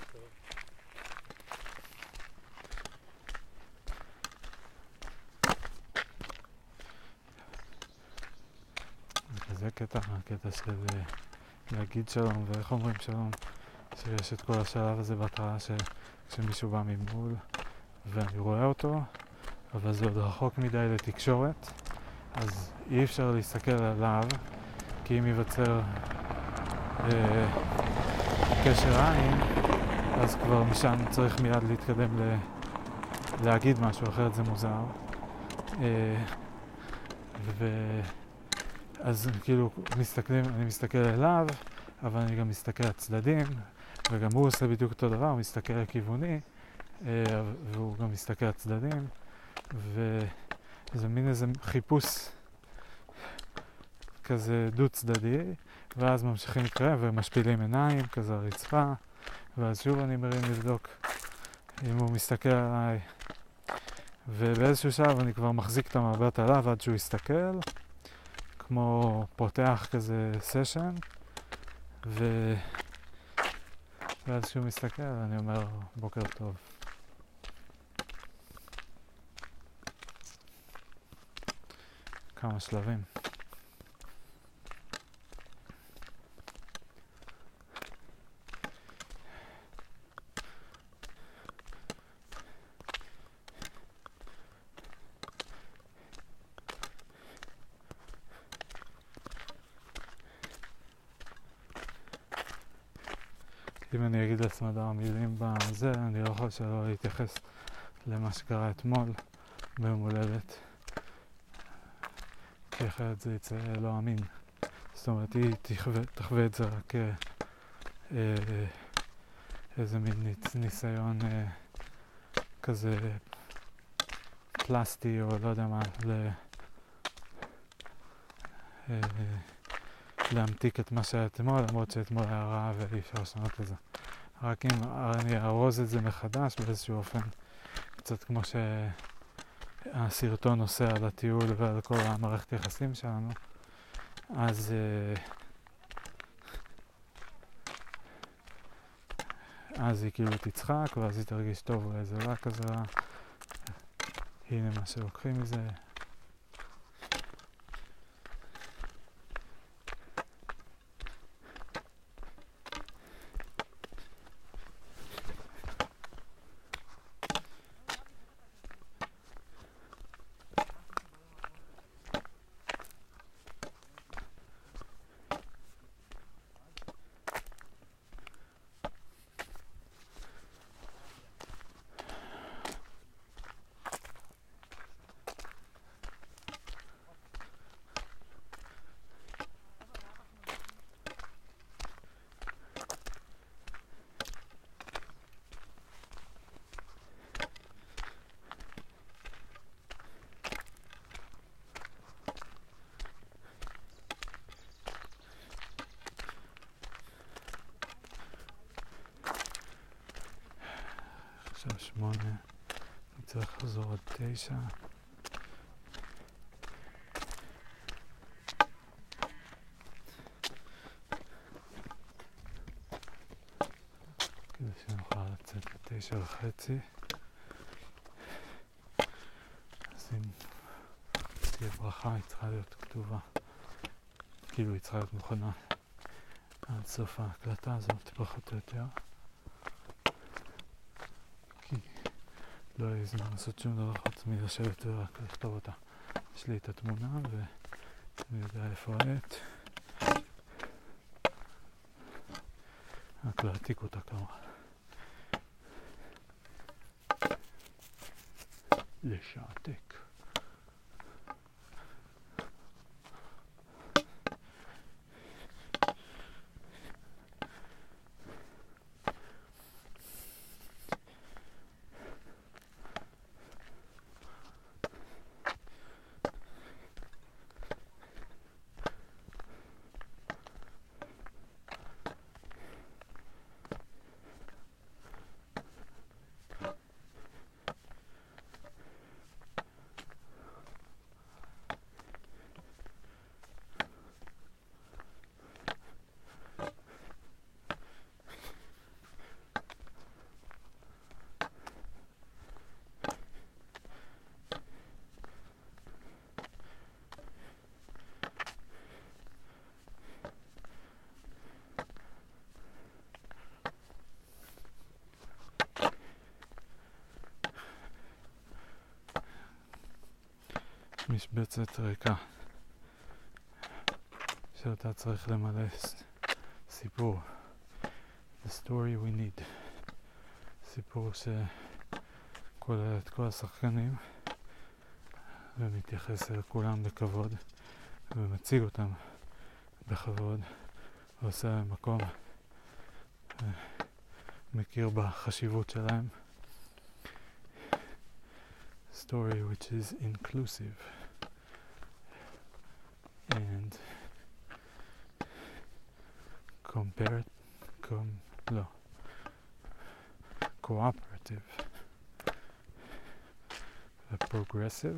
זה קטע של להגיד שלום ואיך אומרים שלום, שיש את כל השלב הזה בהתחלה שמישהו בא ממול ואני רואה אותו, אבל זה עוד רחוק מדי לתקשורת, אז אי אפשר להסתכל עליו, כי אם ייווצר קשר עין, אז כבר משם צריך מיד להתקדם להגיד משהו, אחרת זה מוזר. אז כאילו אני מסתכל אליו, אבל אני גם מסתכל על הצדדים, וגם הוא עושה בדיוק אותו דבר, הוא מסתכל לכיווני, והוא גם מסתכל על הצדדים, וזה מין איזה חיפוש כזה דו צדדי, ואז ממשיכים להתקרב ומשפילים עיניים, כזה הרצפה, ואז שוב אני מרים לבדוק אם הוא מסתכל עליי, ובאיזשהו שלב אני כבר מחזיק את המבט עליו עד שהוא יסתכל, כמו פותח כזה סשן, ואז שהוא מסתכל אני אומר בוקר טוב. כמה שלבים. אם אני אגיד לעצמי מילים בזה, אני לא יכול שלא להתייחס למה שקרה אתמול ביום הולדת, כי אחרת זה יצא לא אמין. זאת אומרת, היא תחווה את זה רק איזה מין ניסיון כזה פלסטי או לא יודע מה, להמתיק את מה שהיה אתמול, למרות שאתמול היה רע ואי אפשר לשנות את זה. רק אם אני ארוז את זה מחדש באיזשהו אופן, קצת כמו שהסרטון עושה על הטיול ועל כל המערכת יחסים שלנו, אז היא כאילו תצחק, ואז היא תרגיש טוב, אולי זה רק עזרה. הנה מה שלוקחים מזה. עכשיו 8, אני צריך לחזור עד 9. כדי שנוכל לצאת ב9:30. אז אם תהיה ברכה, היא צריכה להיות כתובה, כאילו היא צריכה להיות מוכנה עד סוף ההקלטה הזאת, פחות או יותר. כי לא היה לי זמן לעשות שום דבר חוץ מלשבת ורק לכתוב אותה. יש לי את התמונה ואני יודע איפה העט. רק להעתיק אותה כמובן. לשעתק. משבצת ריקה שאתה צריך למלא סיפור. The story we need. סיפור שכולל את כל השחקנים ומתייחס אל כולם בכבוד ומציג אותם בכבוד ועושה להם מקום ומכיר בחשיבות שלהם. Story which is inclusive and cooperative, progressive,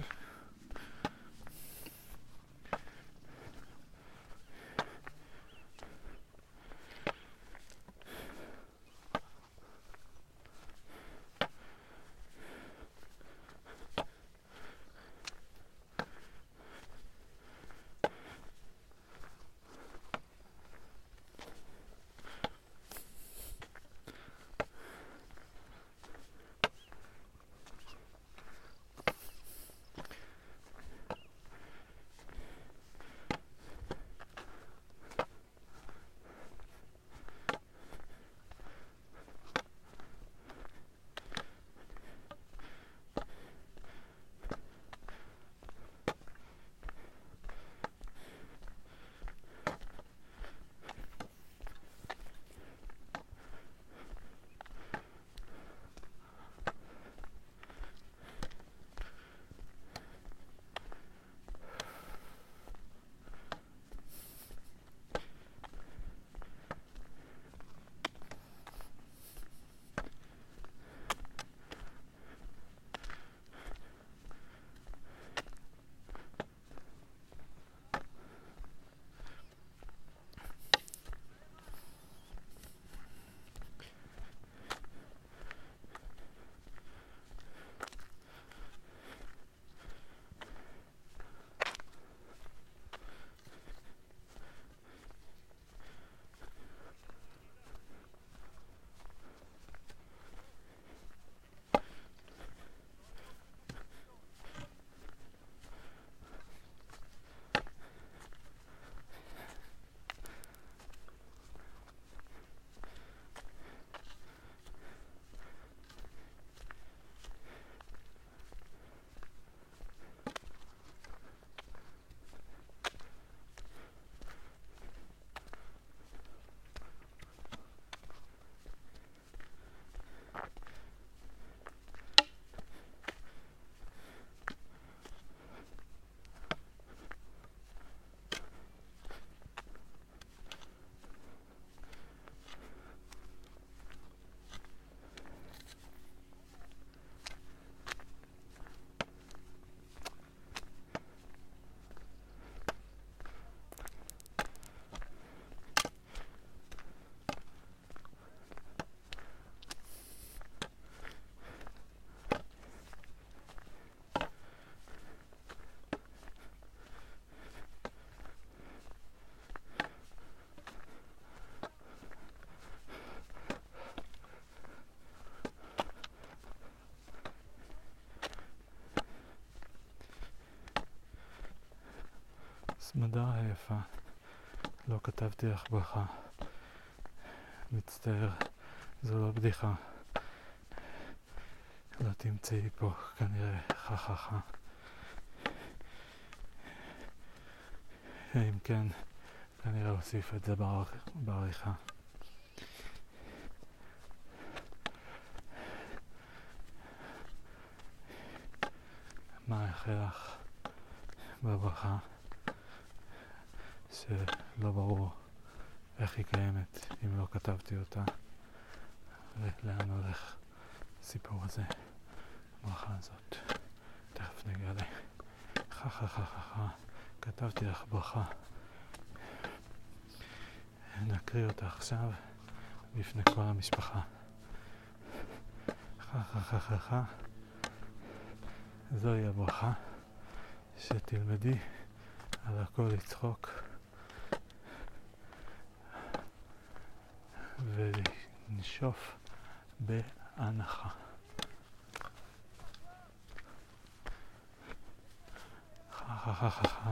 סמדר היפה, לא כתבתי לך ברכה. מצטער, זו לא בדיחה. לא תמצאי פה כנראה חככה. אם כן, כנראה אוסיף את זה בעריכה. מה יחל לך בברכה שלא ברור איך היא קיימת אם לא כתבתי אותה, ולאן הולך הסיפור הזה, הברכה הזאת. תכף נגלה. חככככה, כתבתי לך ברכה. נקריא אותה עכשיו בפני כל המשפחה. חככככה, זוהי הברכה, שתלמדי על הכל לצחוק ולנשוף בהנחה. חככככה,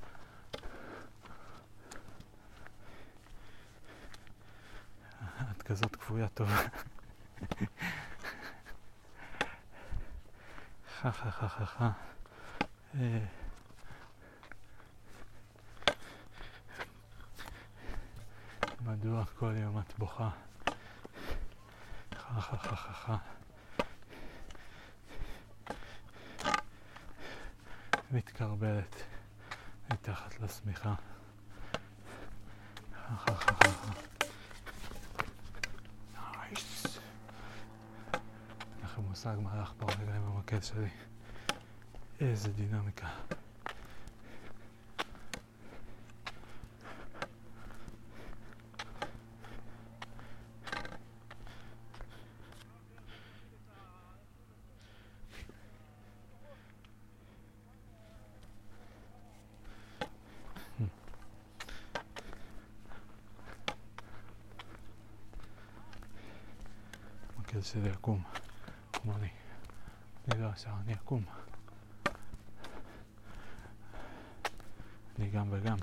את כזאת כפויה טובה. חככככה, מדוע כל יום את בוכה? חככככה, מתקרבלת מתחת לשמיכה. חככככה, נייס. לכם מושג מה הלך ברגע עם המקל שלי. איזה דינמיקה. המקל שלי יקום כמו אני לא ישר, אני אקום. אני גם וגם.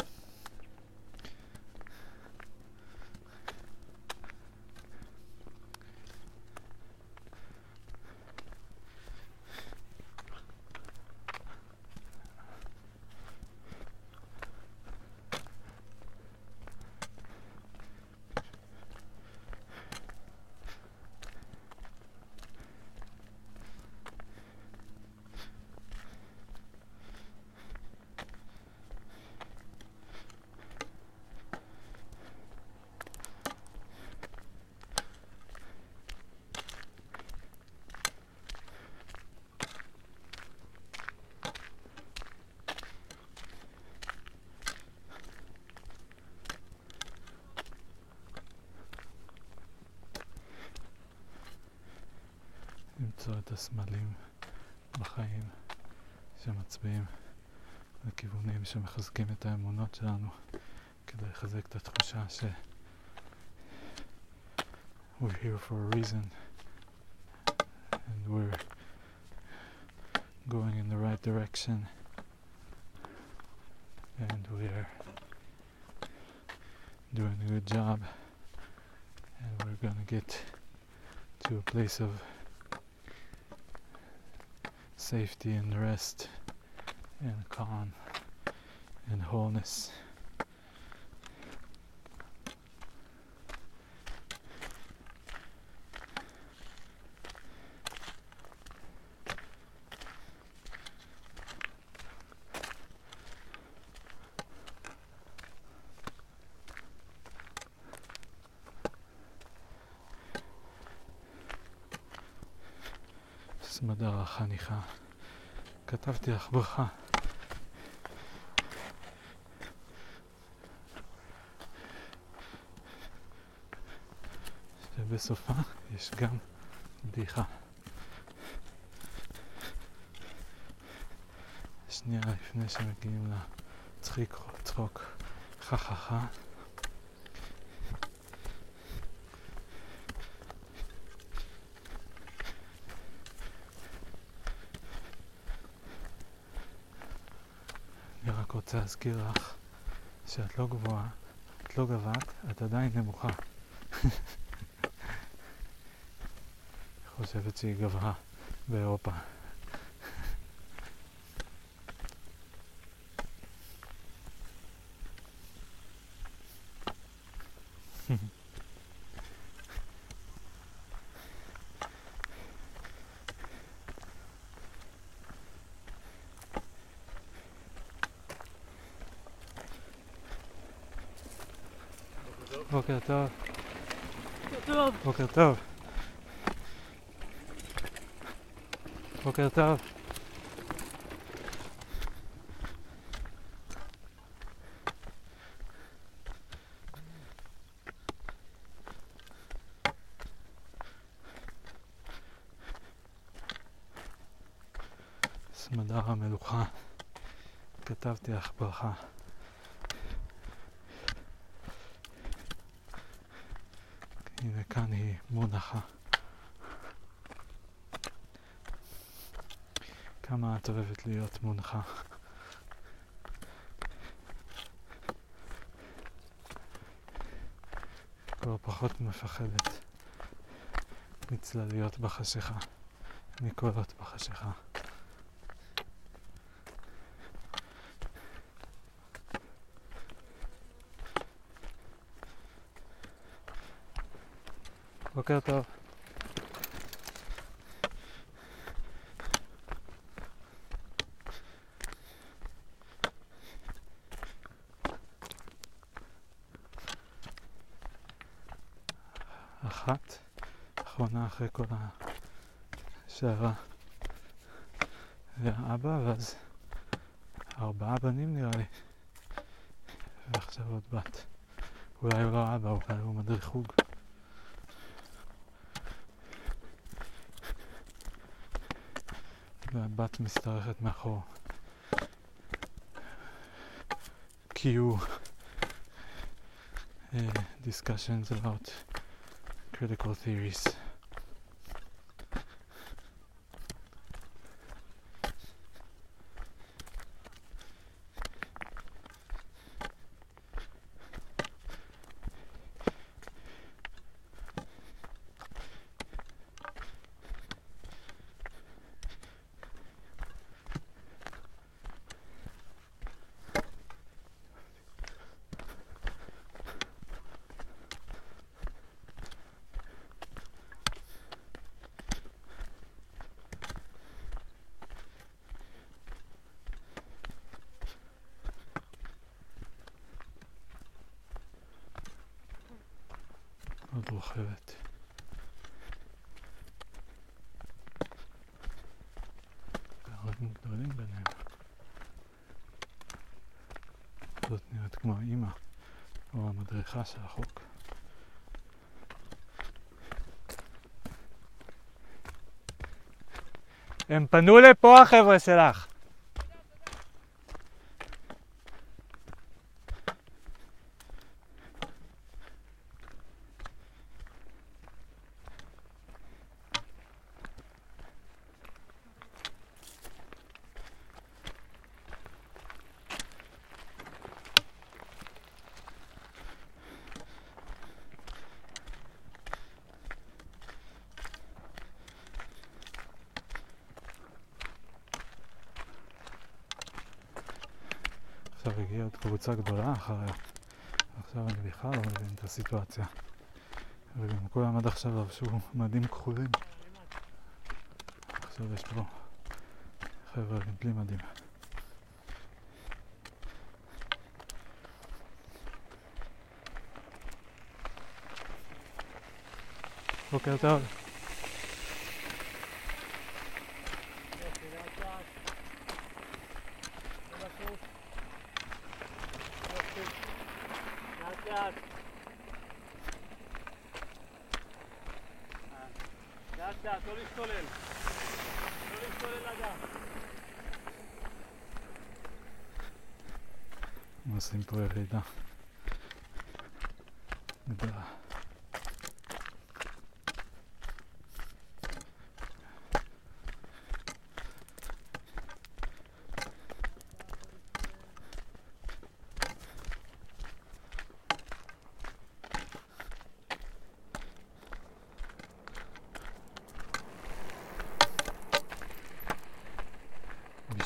למצוא את הסמלים בחיים שמצביעים לכיוונים שמחזקים את האמונות שלנו, כדי לחזק את התחושה ש we're here for a reason and we're going in the right direction and we're doing a good job and we're gonna get to a place of safety and rest and calm and wholeness. סמדר החניכה, כתבתי לך ברכה. שבסופה יש גם בדיחה. שנייה לפני שמגיעים לצחוק חככה. אני רק רוצה להזכיר לך שאת לא גבוהה, את לא גבעת, את עדיין נמוכה. חושבת שהיא גבוהה באירופה. בוקר טוב. בוקר טוב. בוקר טוב. בוקר טוב. סמדר המלוכה, כתבתי לך ברכה. הנה כאן היא מונחה. כמה את אוהבת להיות מונחה. כבר פחות מפחדת מצלליות בחשיכה, מקולות בחשיכה. בוקר טוב. אחת, אחרונה אחרי כל השערה והאבא, ואז 4 בנים נראה לי, ועכשיו עוד בת. אולי הוא לא אבא, אולי הוא מדריך חוג. והבת משתרכת מאחור. Q discussions about critical theories. עוד רוכבת. פערים גדולים ביניהם. זאת נראית כמו אמא, או המדריכה של החוק. הם פנו לפה החבר'ה שלך. עכשיו הגיעה עוד קבוצה גדולה אחריה. עכשיו אני בכלל לא מבין את הסיטואציה. וגם כולם עד עכשיו לבשו מדים כחולים. עכשיו יש פה חבר'ה בלי מדים. בוקר טוב. לאט, לא להשתולל. לא להשתולל לאט. עושים פה ירידה גדולה.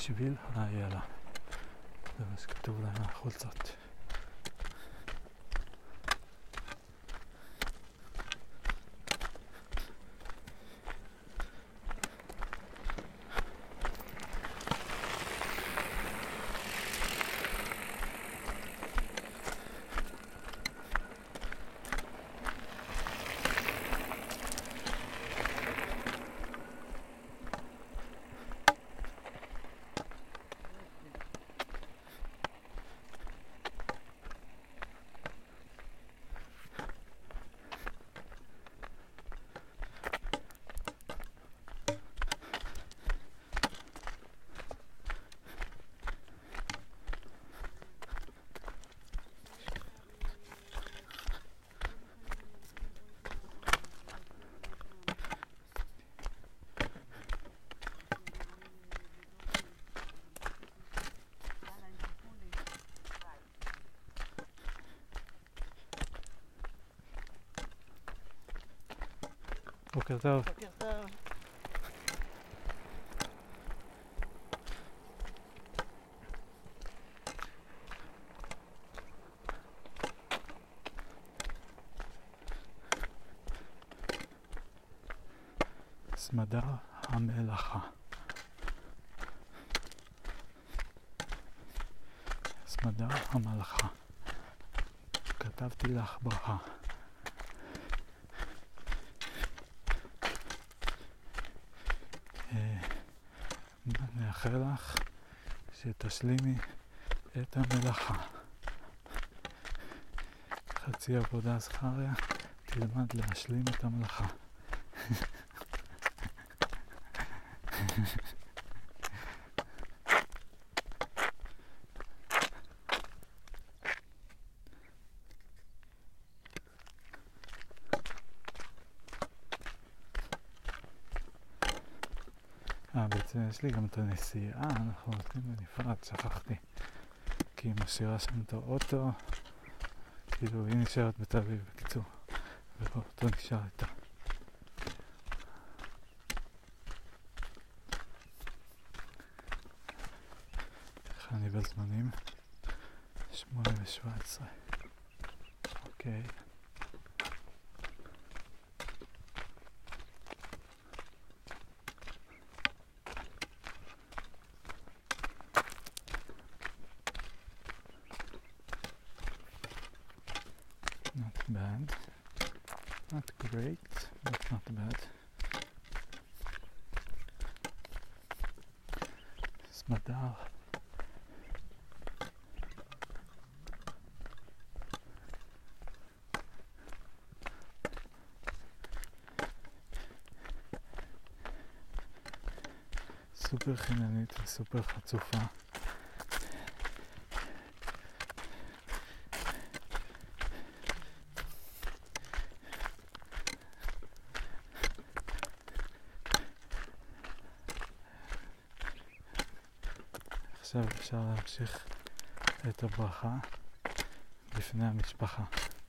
שביל האיילה. זה מה שכתוב להם על החולצות. בוקר טוב. בוקר טוב. סמדר המלאכה. סמדר המלאכה. כתבתי לך ברכה. נאחל לך שתשלימי את המלאכה. חצי עבודה זכריה, תלמד להשלים את המלאכה. בעצם יש לי גם את הנסיעה, אנחנו נותנים בנפרד, שכחתי. כי היא משאירה שם את האוטו, כאילו היא נשארת בתל אביב, בקיצור. והאוטו נשאר איתה. איך אני בזמנים? 8:17. אוקיי. Not bad. Not great, but not bad. סמדר. סופר חיננית וסופר חצופה. עכשיו אפשר להמשיך את הברכה לפני המשפחה.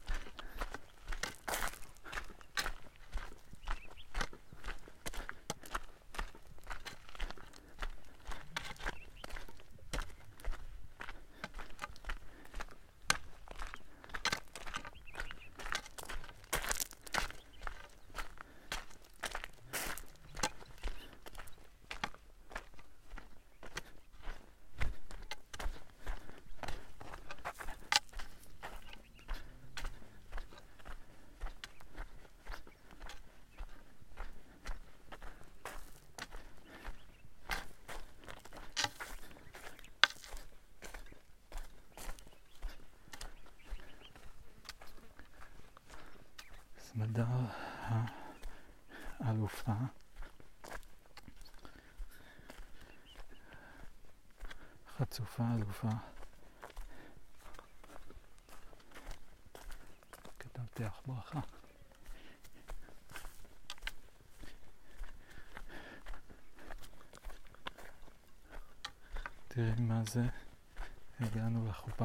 סמדר האלופה. חצופה אלופה. כתבתי לך ברכה. תראי מה זה, הגענו לחופה.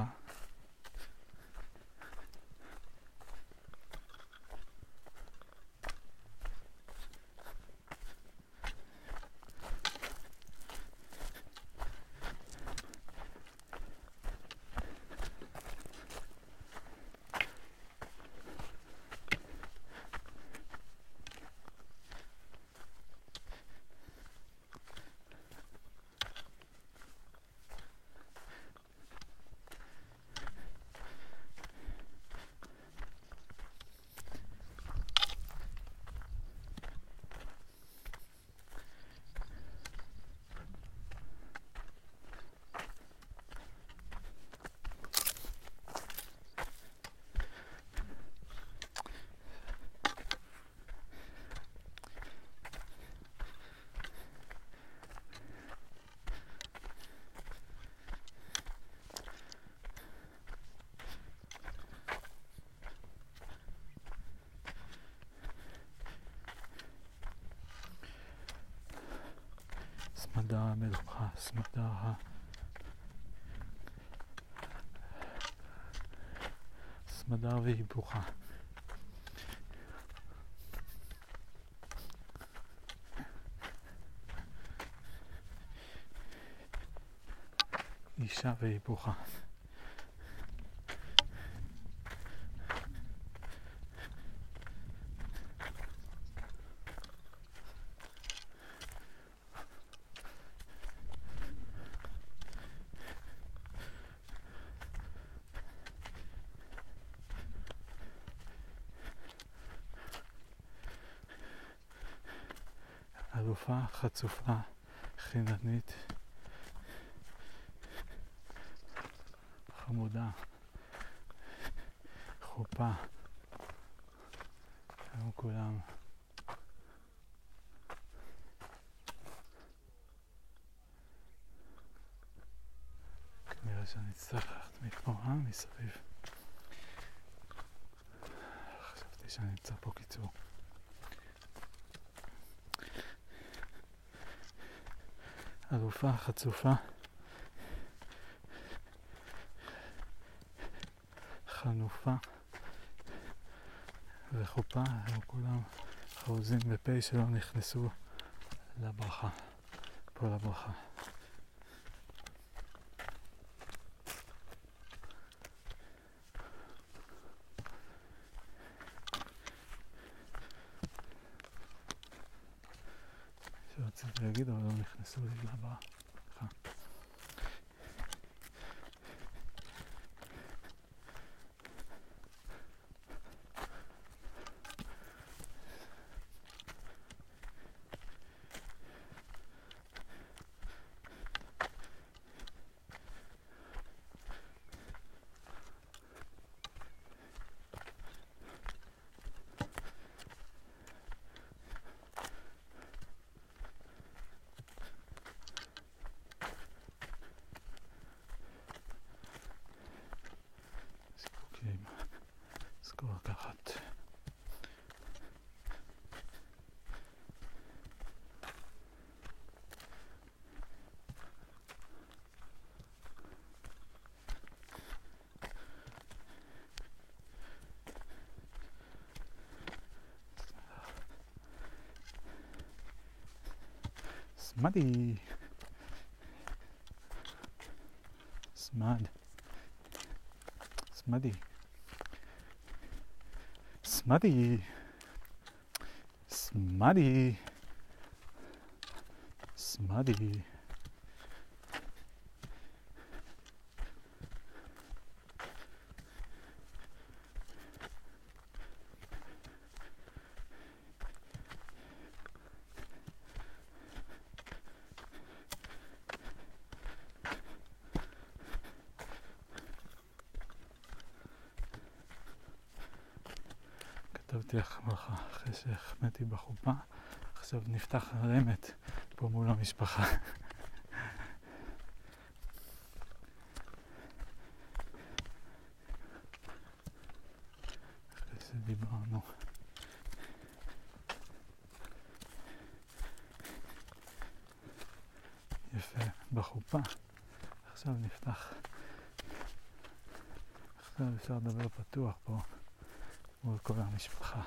סמדר המלוכה, סמדר סמדר והיפוכה. אישה והיפוכה. אלופה, חצופה, חיננית, חמודה, חופה, היום כולם. כנראה שאני אצטרך ללכת מפה, מסביב. חשבתי שאני אמצא פה קיצור. אלופה, חצופה, חנופה וחופה, הם כולם חרוזים בפה שלא נכנסו לברכה, פה לברכה. שרציתי להגיד, אבל לא נכנסו לי לברכה. זכור לקחת. סמדי. סמד. סמדי. סמדי. סמדי. סמדי. כתבתי לך ברכה אחרי שהחמאתי בחופה. עכשיו נפתח רמת פה מול המשפחה. אחרי שדיברנו. יפה בחופה. עכשיו נפתח. עכשיו אפשר לדבר פתוח פה מול כל המשפחה.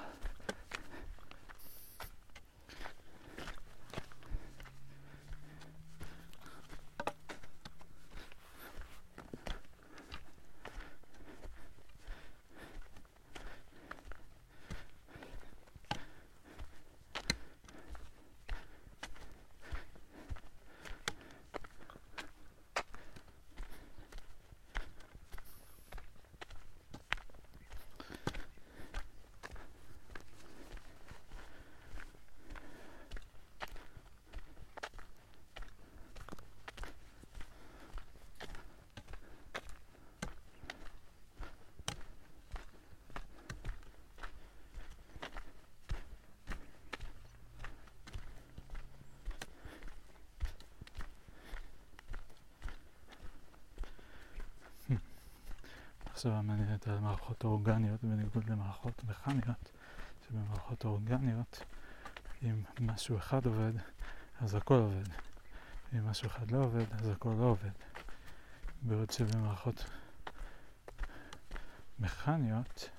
עכשיו המעניינת על מערכות אורגניות בניגוד למערכות מכניות, שבמערכות אורגניות אם משהו אחד עובד אז הכל עובד, אם משהו אחד לא עובד, אז הכל לא עובד. בעוד שבמערכות מכניות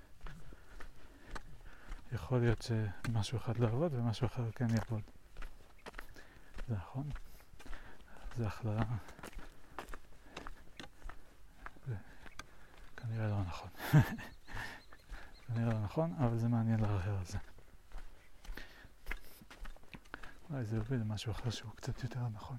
יכול להיות שמשהו אחד לא עבוד ומשהו אחר כן יעבוד. זה נכון? זה הכללה. זה כנראה לא נכון. כנראה לא נכון, אבל זה מעניין לערער על זה. אולי זה יוביל למשהו אחר שהוא קצת יותר נכון.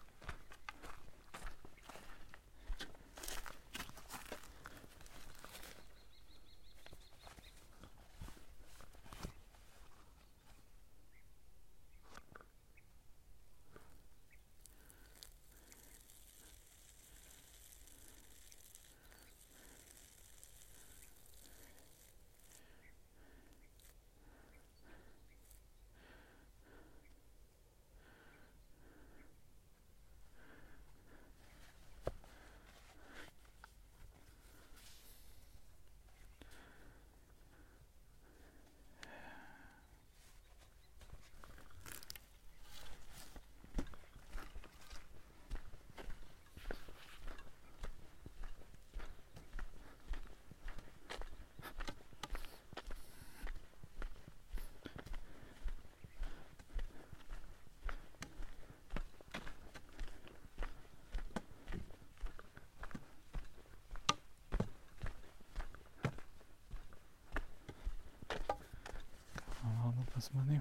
אמרנו בזמנים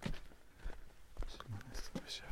8:27.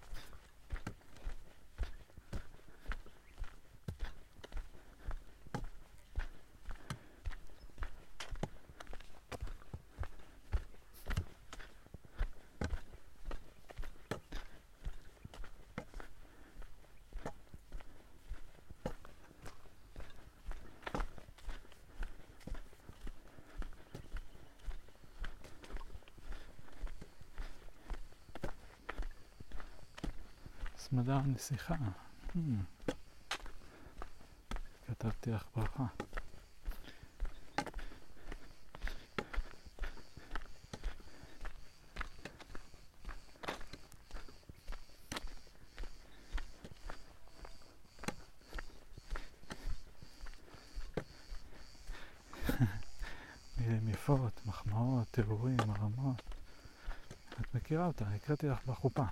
סמדר נסיכה. כתבתי לך ברכה. מילים יפות, מחמאות, תיאורים, הרמות. את מכירה אותה, הקראתי לך בחופה.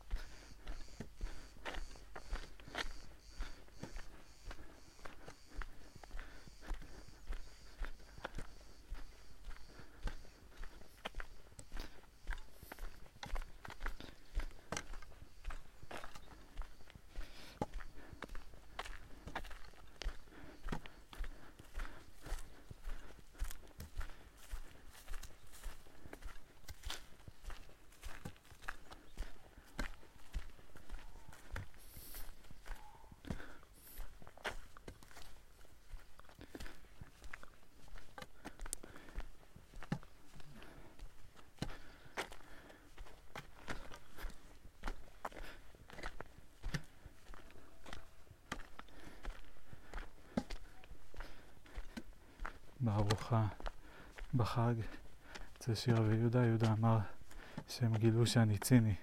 בארוחה בחג אצל שירה ויהודה, יהודה אמר שהם גילו שאני ציני,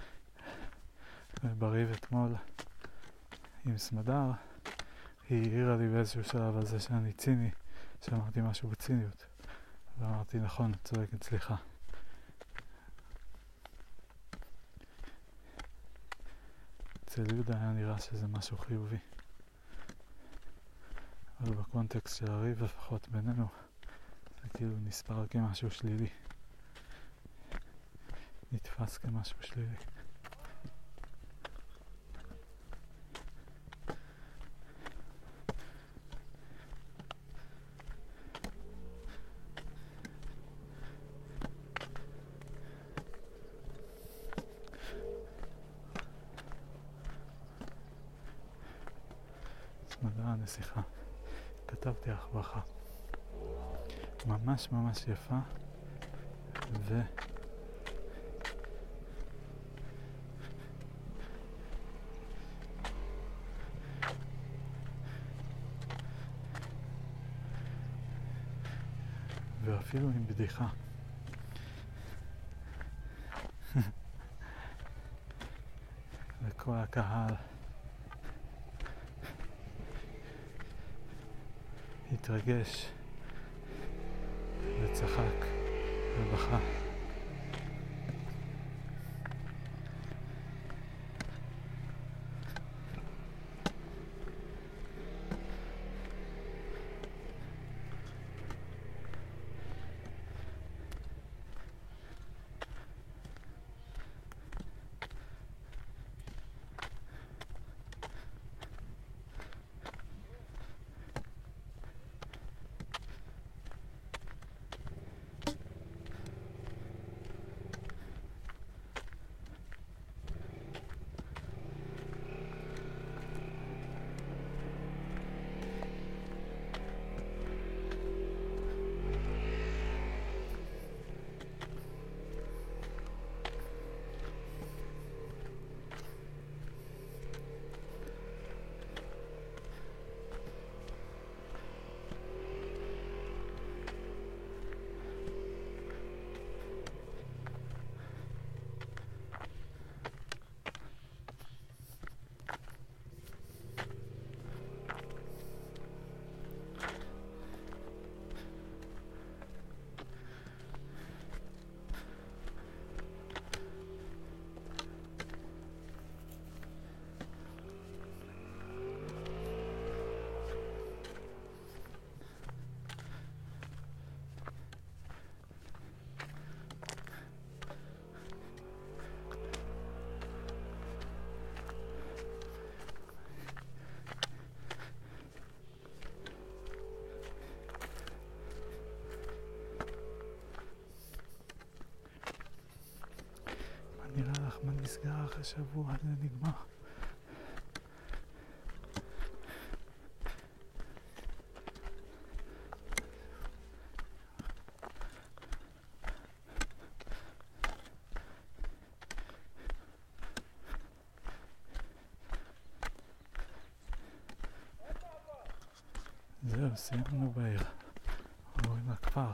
ובריב אתמול עם סמדר היא העירה לי באיזשהו שלב על זה שאני ציני, שאמרתי משהו בציניות, ואמרתי נכון, צודקת, סליחה. אצל יהודה היה נראה שזה משהו חיובי, אבל בקונטקסט של הריב, לפחות בינינו, זה כאילו נספר כמשהו שלילי, נתפס כמשהו שלילי. סמדר הנסיכה, כתבתי לך ברכה ממש ממש יפה, ואפילו עם בדיחה. כל הקהל התרגש וצחק ובכה. נראה לך מה נסגר אחרי שבוע, זה נגמר. זהו, סיימנו בעיר. עוברים לכפר.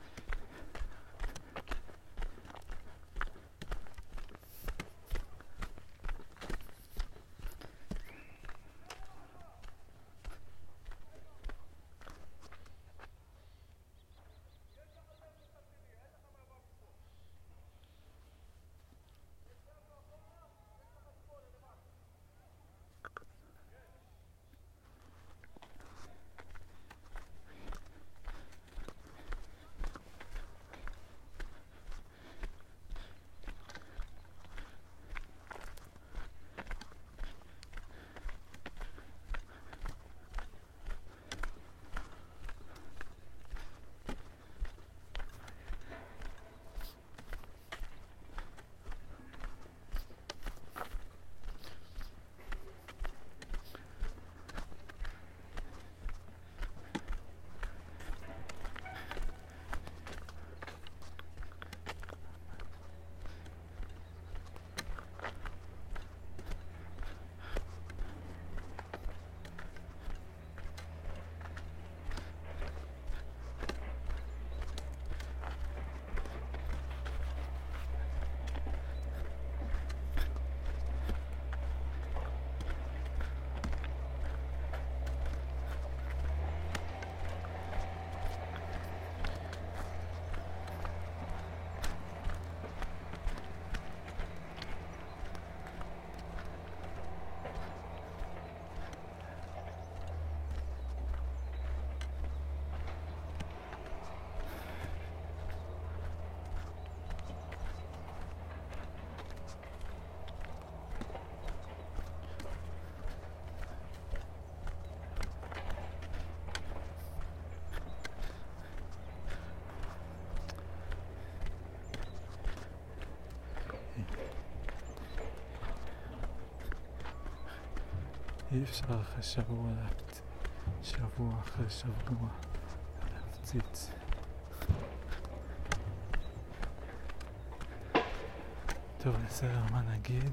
אי אפשר אחרי שבוע אחרי שבוע להפציץ. טוב, בסדר, מה נגיד?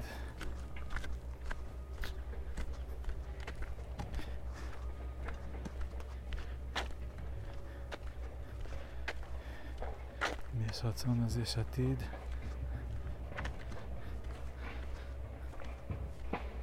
אם יש רצון אז יש עתיד.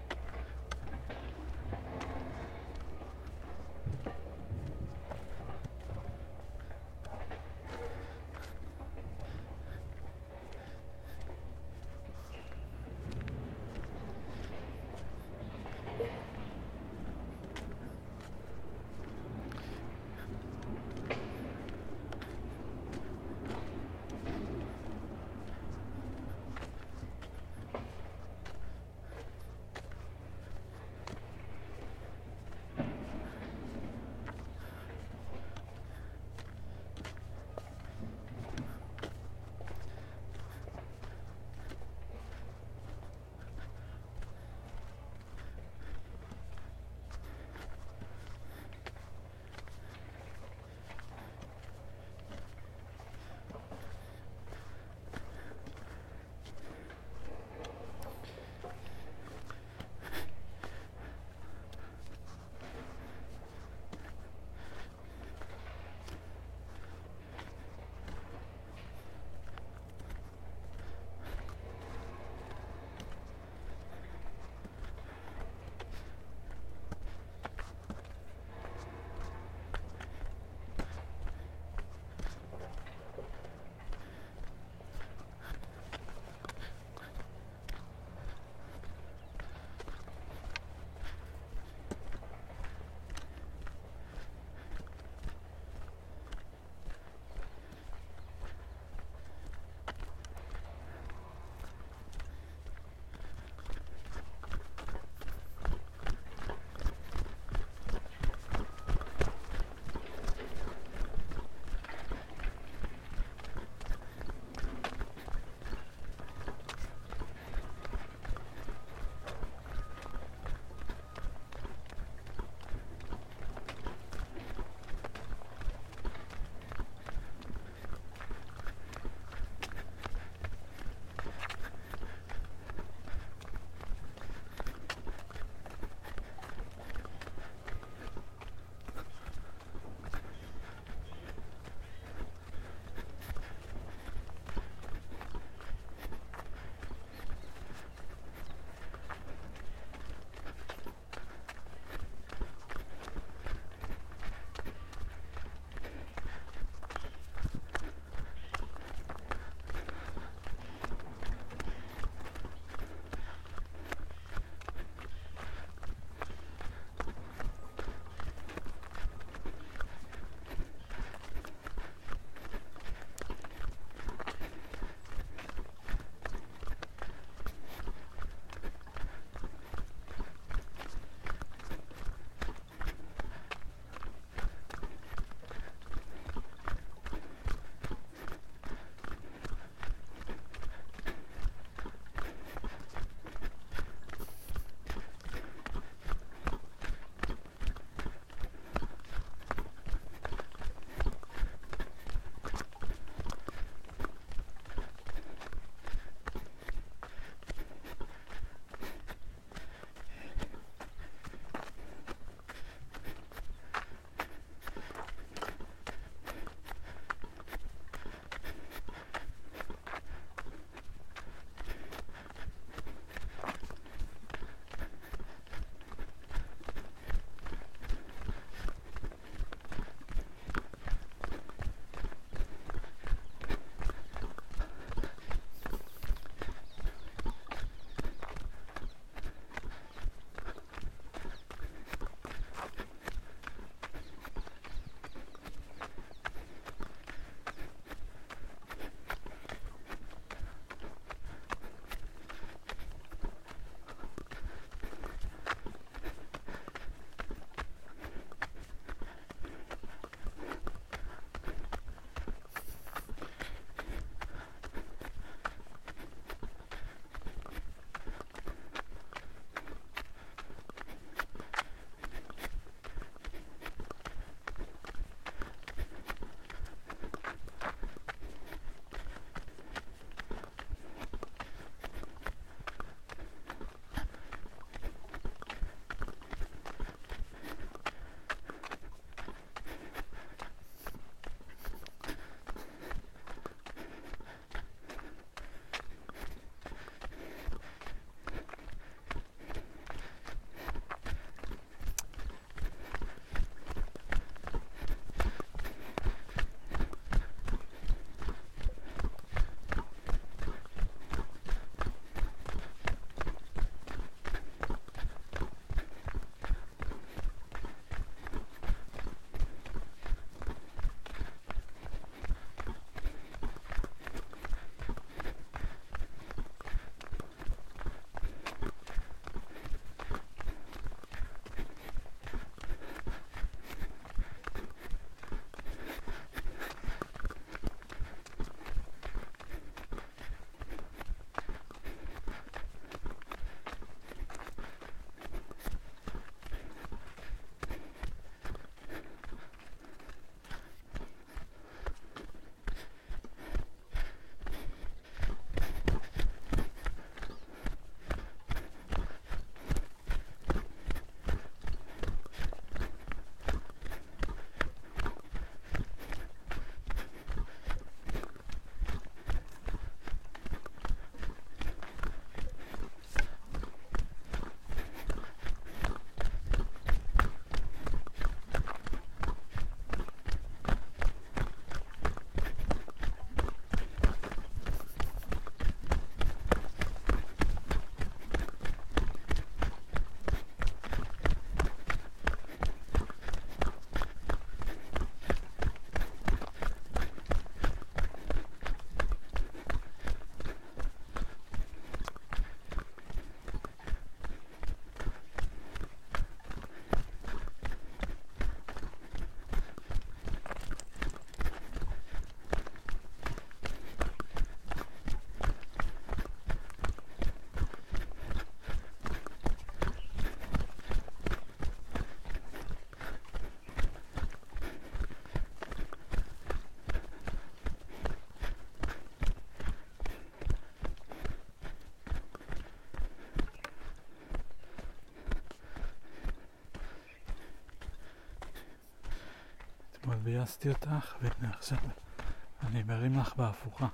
ביאסתי אותך, והנה עכשיו אני מרים לך בהפוכה.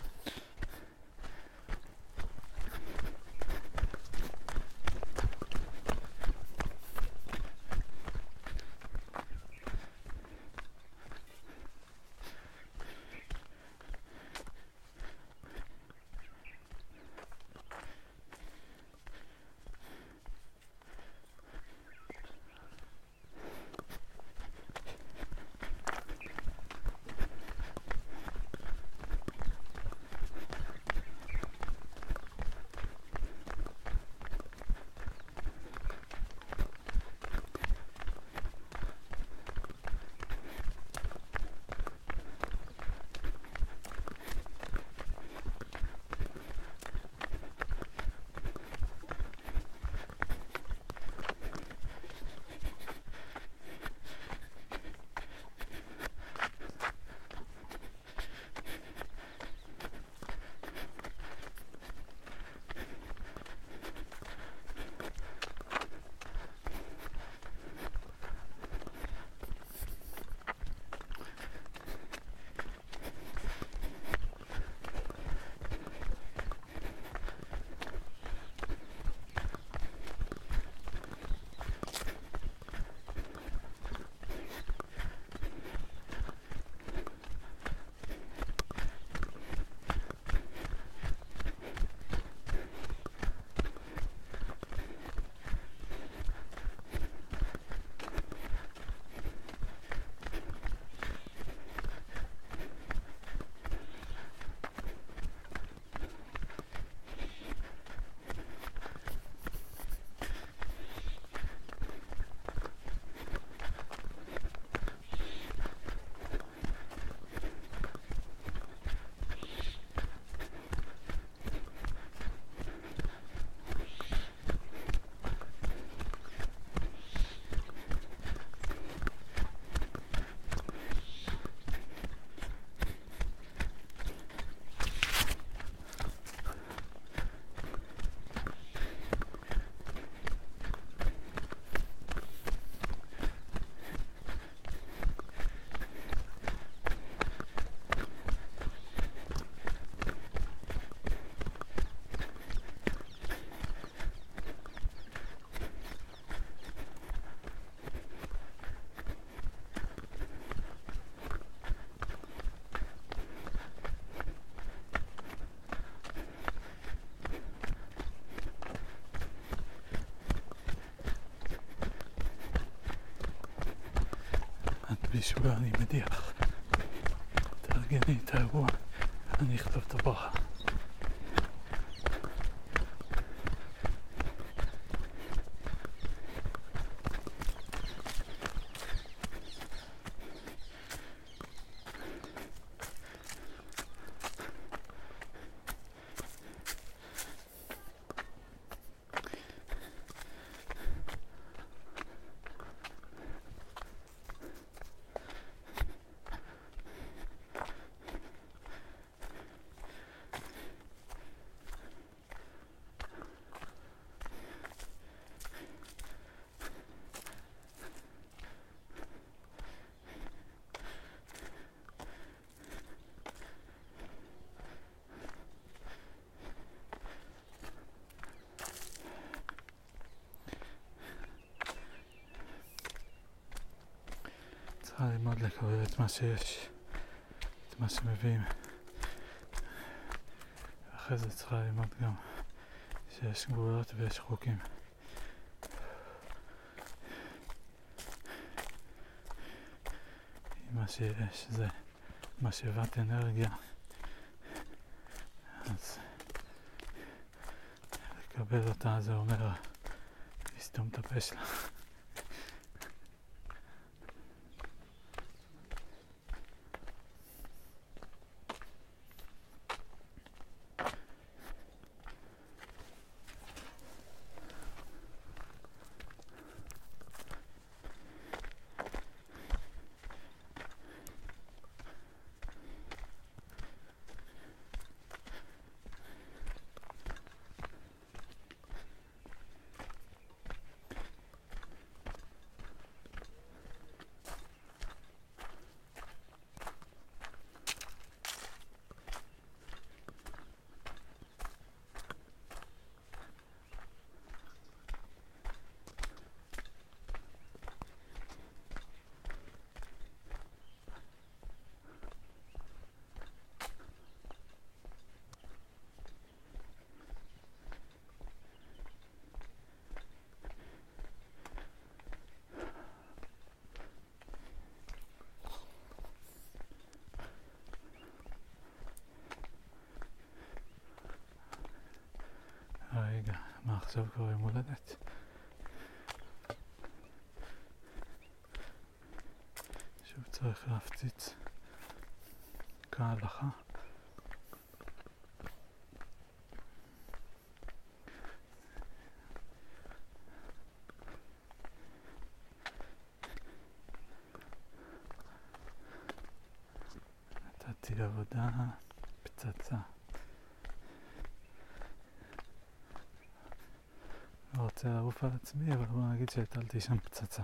בישועה אני מדיח. תארגני את האירוע, אני אכתוב את הברכה. צריכה ללמוד לקבל את מה שיש, את מה שמביאים. אחרי זה צריכה ללמוד גם שיש גבולות ויש חוקים. מה שיש זה משאבת אנרגיה, אז לקבל אותה זה אומר לסתום את הפה שלה. מה עכשיו כבר יום הולדת? שוב צריך להפציץ כהלכה. נתתי עבודה פצצה. לא רוצה לערוף על עצמי, אבל בוא נגיד שהטלתי שם פצצה.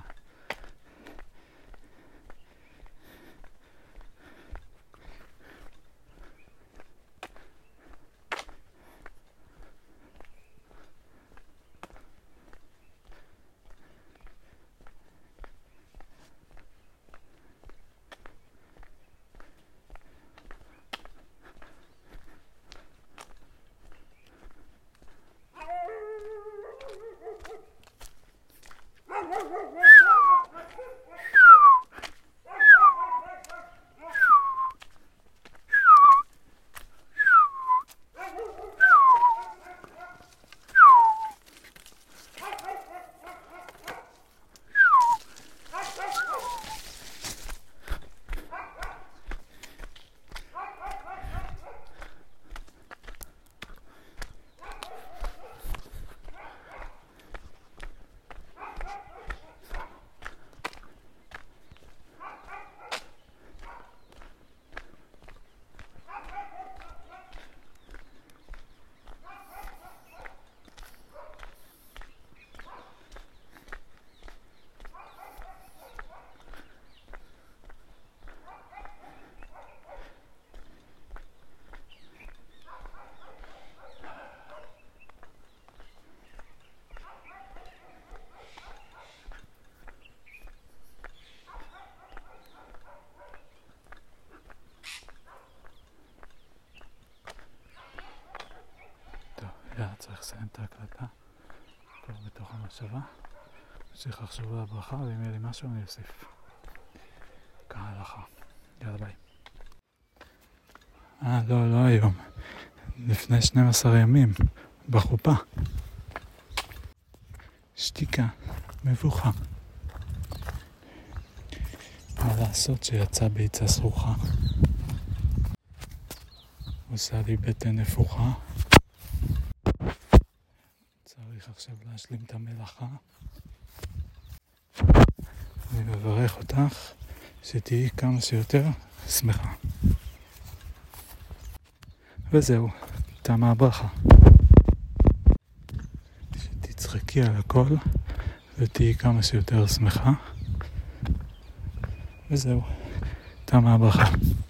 צריך לסיים את ההקלטה כבר בתוך המחשבה. צריך לחשוב על הברכה, ואם יהיה לי משהו אני אוסיף כהלכה. יאללה ביי. לא היום, לפני 12 ימים בחופה. שתיקה, מבוכה. מה לעשות שיצא ביצה סרוחה? עושה לי בטן נפוחה. צריך עכשיו להשלים את המלאכה. אני מברך אותך שתהיי כמה שיותר שמחה. וזהו, תמה הברכה. שתצחקי על הכל ותהיי כמה שיותר שמחה. וזהו, תמה הברכה.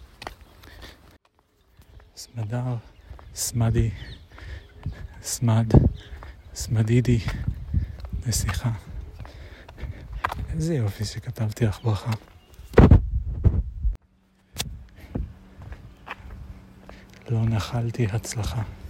סמדר, סמדי, סמד, סמדידי, נסיכה. איזה יופי שכתבתי לך ברכה. לא נחלתי הצלחה.